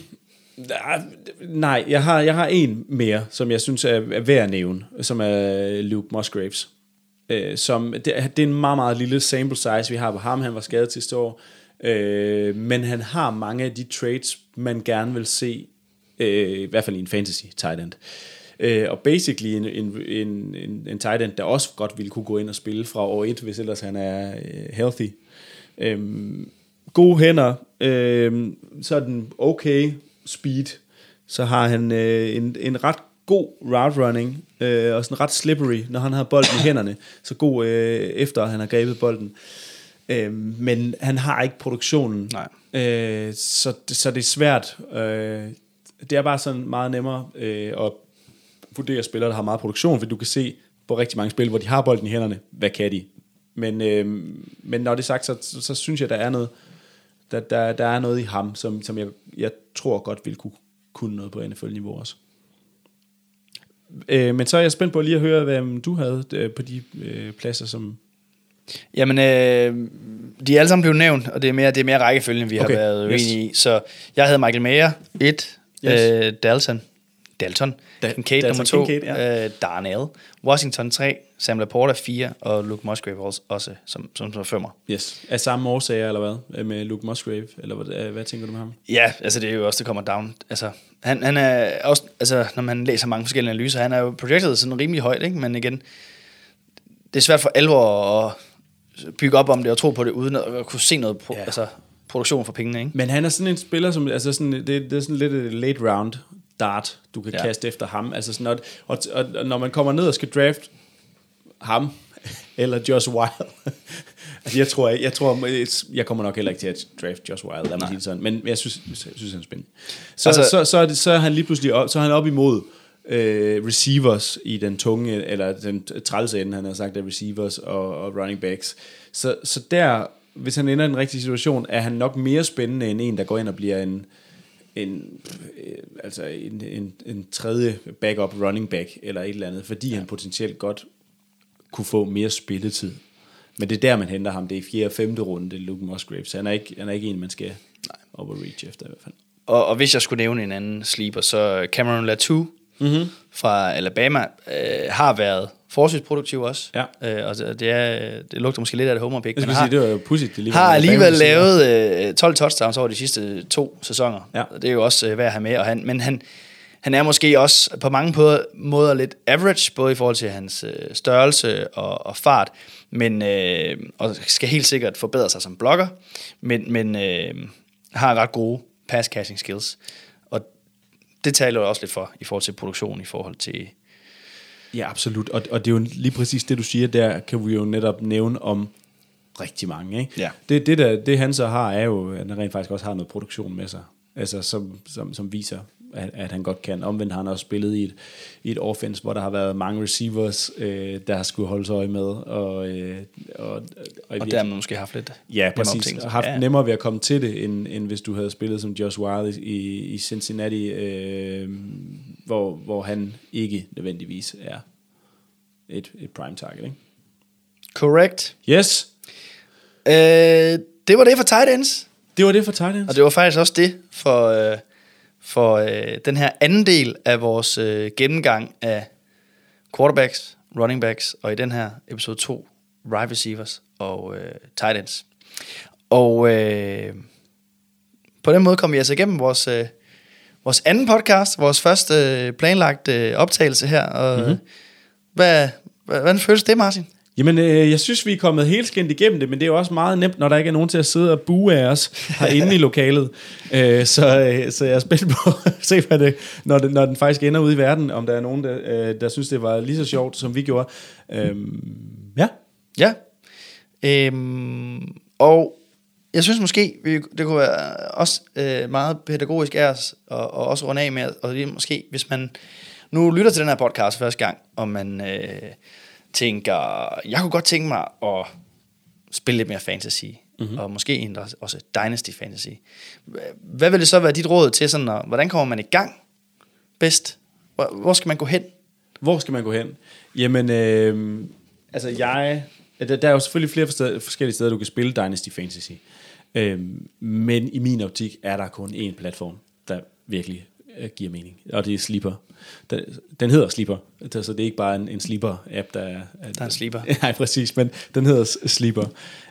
nej, jeg har, jeg har en mere, som jeg synes er, er værd at nævne, som er Luke Musgraves. Øh, som, det, det er en meget, meget lille sample size, vi har på ham. Han var skadet sidste år. Øh, men han har mange af de traits, man gerne vil se, øh, i hvert fald i en fantasy tight end. Uh, og basically en, en, en, en, en tight end, der også godt ville kunne gå ind og spille fra år et, hvis ellers han er uh, healthy. Um, gode hænder, um, sådan okay speed, så har han uh, en, en ret god route running, uh, og sådan ret slippery, når han har bolden i hænderne, så god uh, efter han har grebet bolden. Um, men han har ikke produktionen, Nej. Uh, så, så det er svært. Uh, det er bare sådan meget nemmere uh, at vurdere spillere, der har meget produktion, for du kan se på rigtig mange spil, hvor de har bolden i hænderne, hvad kan de? Men, øh, men når det er sagt, så, så, så synes jeg, der er noget, der, der, der er noget i ham, som, som jeg, jeg tror godt vil kunne, kunne noget på N F L-niveau også. Øh, men så er jeg spændt på lige at høre, hvad du havde øh, på de øh, pladser, som... Jamen, øh, de er alle sammen blevet nævnt, og det er mere, det er mere rækkefølgen, vi okay. har været yes. uenige i. Så jeg havde Michael Mayer, et, yes. øh, Dalton, Dalton, Da- Kincaid nummer to, Kincaid, ja. øh, Darnell, Washington tre, Sam Laporta fire, og Luke Musgrave også, også som, som, som femmer. Yes. Er samme årsager, eller hvad? Med Luke Musgrave, eller hvad, hvad tænker du med ham? Ja, altså det er jo også, det kommer down. Altså, han, han er også, altså når man læser mange forskellige analyser, han er jo projected sådan rimelig højt, ikke? Men igen, det er svært for alvor at bygge op om det og tro på det, uden at kunne se noget pro- ja. altså, produktion for pengene, ikke? Men han er sådan en spiller, som, altså sådan, det, det er sådan lidt et late round dart, du kan ja. kaste efter ham. Altså sådan, og, og, og når man kommer ned og skal draft ham, eller Josh Wild, altså jeg tror, jeg, jeg tror, jeg kommer nok heller ikke til at draft Josh Wild, lad mig sige sådan, men jeg synes, jeg synes han er spændende. Så, altså, så, så, er det, så er han lige pludselig op, så er han op imod øh, receivers i den tunge, eller den trælse ende, han har sagt, af receivers og, og running backs. Så, så der, hvis han ender i den rigtige situation, er han nok mere spændende end en, der går ind og bliver en en, altså en, en, en tredje backup running back eller et eller andet, fordi ja. han potentielt godt kunne få mere spilletid. Men det er der, man henter ham. Det er i fjerde og femte runde, det er Luke Musgrave. Så han er ikke, han er ikke en, man skal overreach efter i hvert fald. Og, og hvis jeg skulle nævne en anden sleeper, så Cameron Latu mm-hmm. fra Alabama øh, har været forholdsvis produktiv også. Ja. Øh, og det, er, det lugter måske lidt af det homer pick. Jeg skulle sige, det var jo pudsigt. Det har alligevel lavet øh, tolv touchdowns over de sidste to sæsoner. Ja. Det er jo også øh, værd at have med. Og han, men han, han er måske også på mange måder lidt average, både i forhold til hans øh, størrelse og, og fart, men, øh, og skal helt sikkert forbedre sig som blokker, men, men øh, har ret gode pass-catching skills. Og det taler jo også lidt for, i forhold til produktion, i forhold til... Ja, absolut. Og, og det er jo lige præcis det, du siger, der kan vi jo netop nævne om rigtig mange. Ikke? Ja. Det, det, der, det han så har, er jo, at han rent faktisk også har noget produktion med sig, altså som, som, som viser, at, at han godt kan. Omvendt har han også spillet i et, i et offense, hvor der har været mange receivers, øh, der har skulle holde sig øje med. Og, øh, og, og, og der har man måske haft lidt... Ja, præcis. Og haft ja. nemmere ved at komme til det, end, end hvis du havde spillet som Josh Wilde i, i Cincinnati, øh, hvor, hvor han ikke nødvendigvis er et, et prime target, ikke? Correct. Yes. Øh, det var det for tight ends. Det var det for tight ends. Og det var faktisk også det for, øh, for øh, den her anden del af vores øh, gennemgang af quarterbacks, running backs, og i den her episode to, wide receivers og øh, tight ends. Og øh, på den måde kom vi altså igennem vores, øh, vores anden podcast, vores første øh, planlagte optagelse her. Og mm-hmm. hvad, hvad, hvordan føles det, Martin? Jamen, øh, jeg synes, vi er kommet helt skændt igennem det, men det er jo også meget nemt, når der ikke er nogen til at sidde og bue af os herinde i lokalet. Øh, så, øh, så jeg er spændt på at se, hvad det, når, det, når den faktisk ender ude i verden, om der er nogen, der, øh, der synes, det var lige så sjovt, som vi gjorde. Øhm, ja. Ja. Øhm, og jeg synes måske, vi, det kunne være også øh, meget pædagogisk af os, og, og også runde af med, og det er måske, hvis man nu lytter til den her podcast første gang, og man... Øh, tænker, jeg kunne godt tænke mig at spille lidt mere fantasy, mm-hmm. og måske endda også Dynasty Fantasy. Hvad vil det så være dit råd til, sådan, og hvordan kommer man i gang bedst? Hvor, hvor skal man gå hen? Hvor skal man gå hen? Jamen, øh, altså jeg... Der, der er jo selvfølgelig flere forskellige steder, du kan spille Dynasty Fantasy. Øh, men i min optik er der kun én platform, der virkelig giver mening, og det er Sleeper. Den, den hedder Sleeper, så det er ikke bare en, en Sleeper-app, der er... Der er en Sleeper. Nej, præcis, men den hedder Sleeper.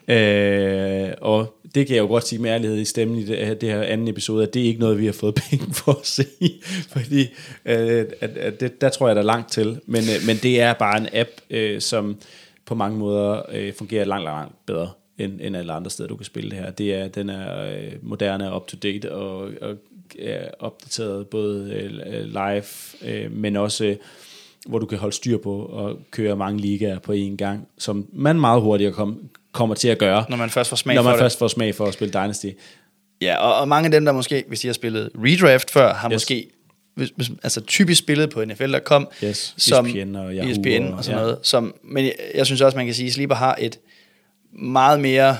Øh, og det kan jeg jo godt sige med ærlighed i stemmen i det, det her anden episode, at det er ikke noget, vi har fået penge for at se, fordi øh, at, at det, der tror jeg, der er langt til. Men, øh, men det er bare en app, øh, som på mange måder øh, fungerer langt, langt, langt bedre end, end alle andre steder, du kan spille det her. Det er, den er øh, moderne, up-to-date og, og er opdateret både øh, live, øh, men også øh, hvor du kan holde styr på og køre mange ligaer på én gang, som man meget hurtigere kom, kommer til at gøre, når man først får smag når man for først det. får smag for at spille Dynasty. Ja, og, og mange af dem, der måske, hvis de har spillet redraft før, har yes. måske hvis, hvis, altså typisk spillet på N F L punktum com, yes. som E S P N og Yahoo E S P N og, og sådan ja. noget. Som, men jeg, jeg synes også, man kan sige, at Sleeper har et meget mere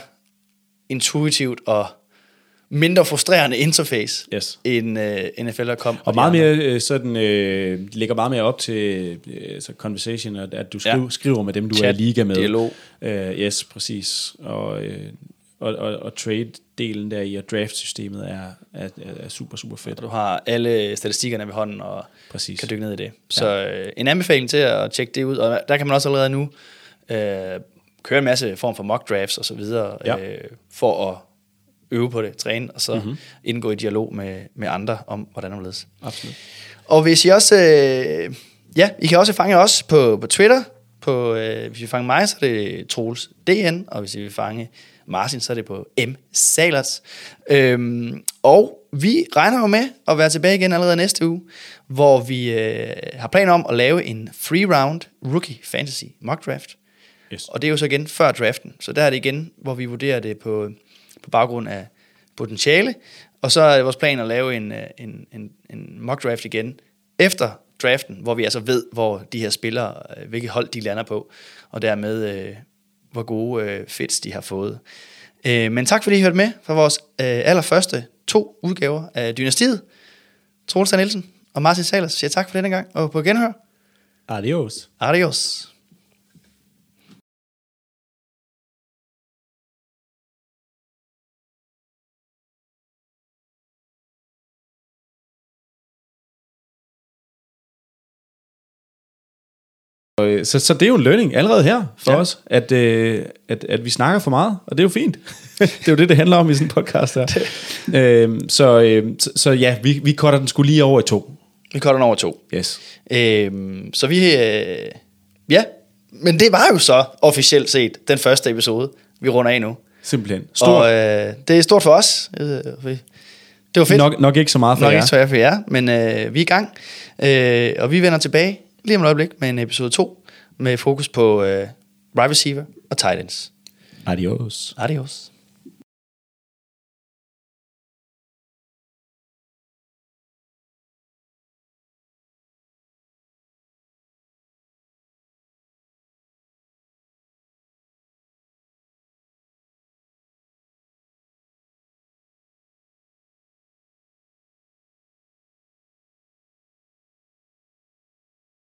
intuitivt og mindre frustrerende interface yes. end uh, N F L punktum com. Og, og meget mere sådan, øh, lægger meget mere op til øh, så conversation, at du skriver, ja. skriver med dem, du Chat, er i liga med. Dialog. Uh, yes, præcis. Og, øh, og, og, og trade-delen der i, og draft-systemet er, er, er super, super fedt. Og du har alle statistikkerne ved hånden, og præcis. kan dykke ned i det. Så ja. øh, en anbefaling til at tjekke det ud, og der kan man også allerede nu øh, køre en masse form for mock drafts og så videre, ja. øh, for at øve på det, træne, og så mm-hmm. indgå i dialog med, med andre om, hvordan det ledes. Absolut. Og hvis I også, øh, ja, I kan også fange os på, på Twitter, på, øh, hvis I vil fange mig, så er det Troels D N, og hvis I vil fange Martin, så er det på M. Salerts. Øhm, og vi regner jo med at være tilbage igen allerede næste uge, hvor vi øh, har planer om at lave en free round rookie fantasy mock draft. Yes. Og det er jo så igen før draften, så der er det igen, hvor vi vurderer det på, på baggrund af potentiale, og så er det vores plan at lave en, en, en, en mock draft igen efter draften, hvor vi altså ved, hvor de her spillere, hvilket hold de lander på, og dermed øh, hvor gode øh, fits de har fået. Øh, men tak fordi I hørte med for vores øh, allerførste to udgaver af Dynastiet. Troels Nielsen og Martin Salers siger tak for denne gang, og på genhør. Adios. Adios. Så, så det er jo en learning allerede her for ja. os, at, øh, at, at vi snakker for meget, og det er jo fint. Det er jo det, det handler om i sådan en podcast her. øhm, så, øh, så, så ja, vi, vi cutter den sgu lige over i to. Vi cutter den over to. Yes. Øhm, så vi... Øh, ja, men det var jo så officielt set den første episode, vi runder af nu. Simpelthen. Stort. Og øh, det er stort for os. Øh, det var fedt. Nok, nok ikke så meget for Nok jer. ikke så for jer, men øh, vi er i gang. Øh, og vi vender tilbage lige om et øjeblik med en episode to, med fokus på øh, wide receiver og tight ends. Adios. Adios.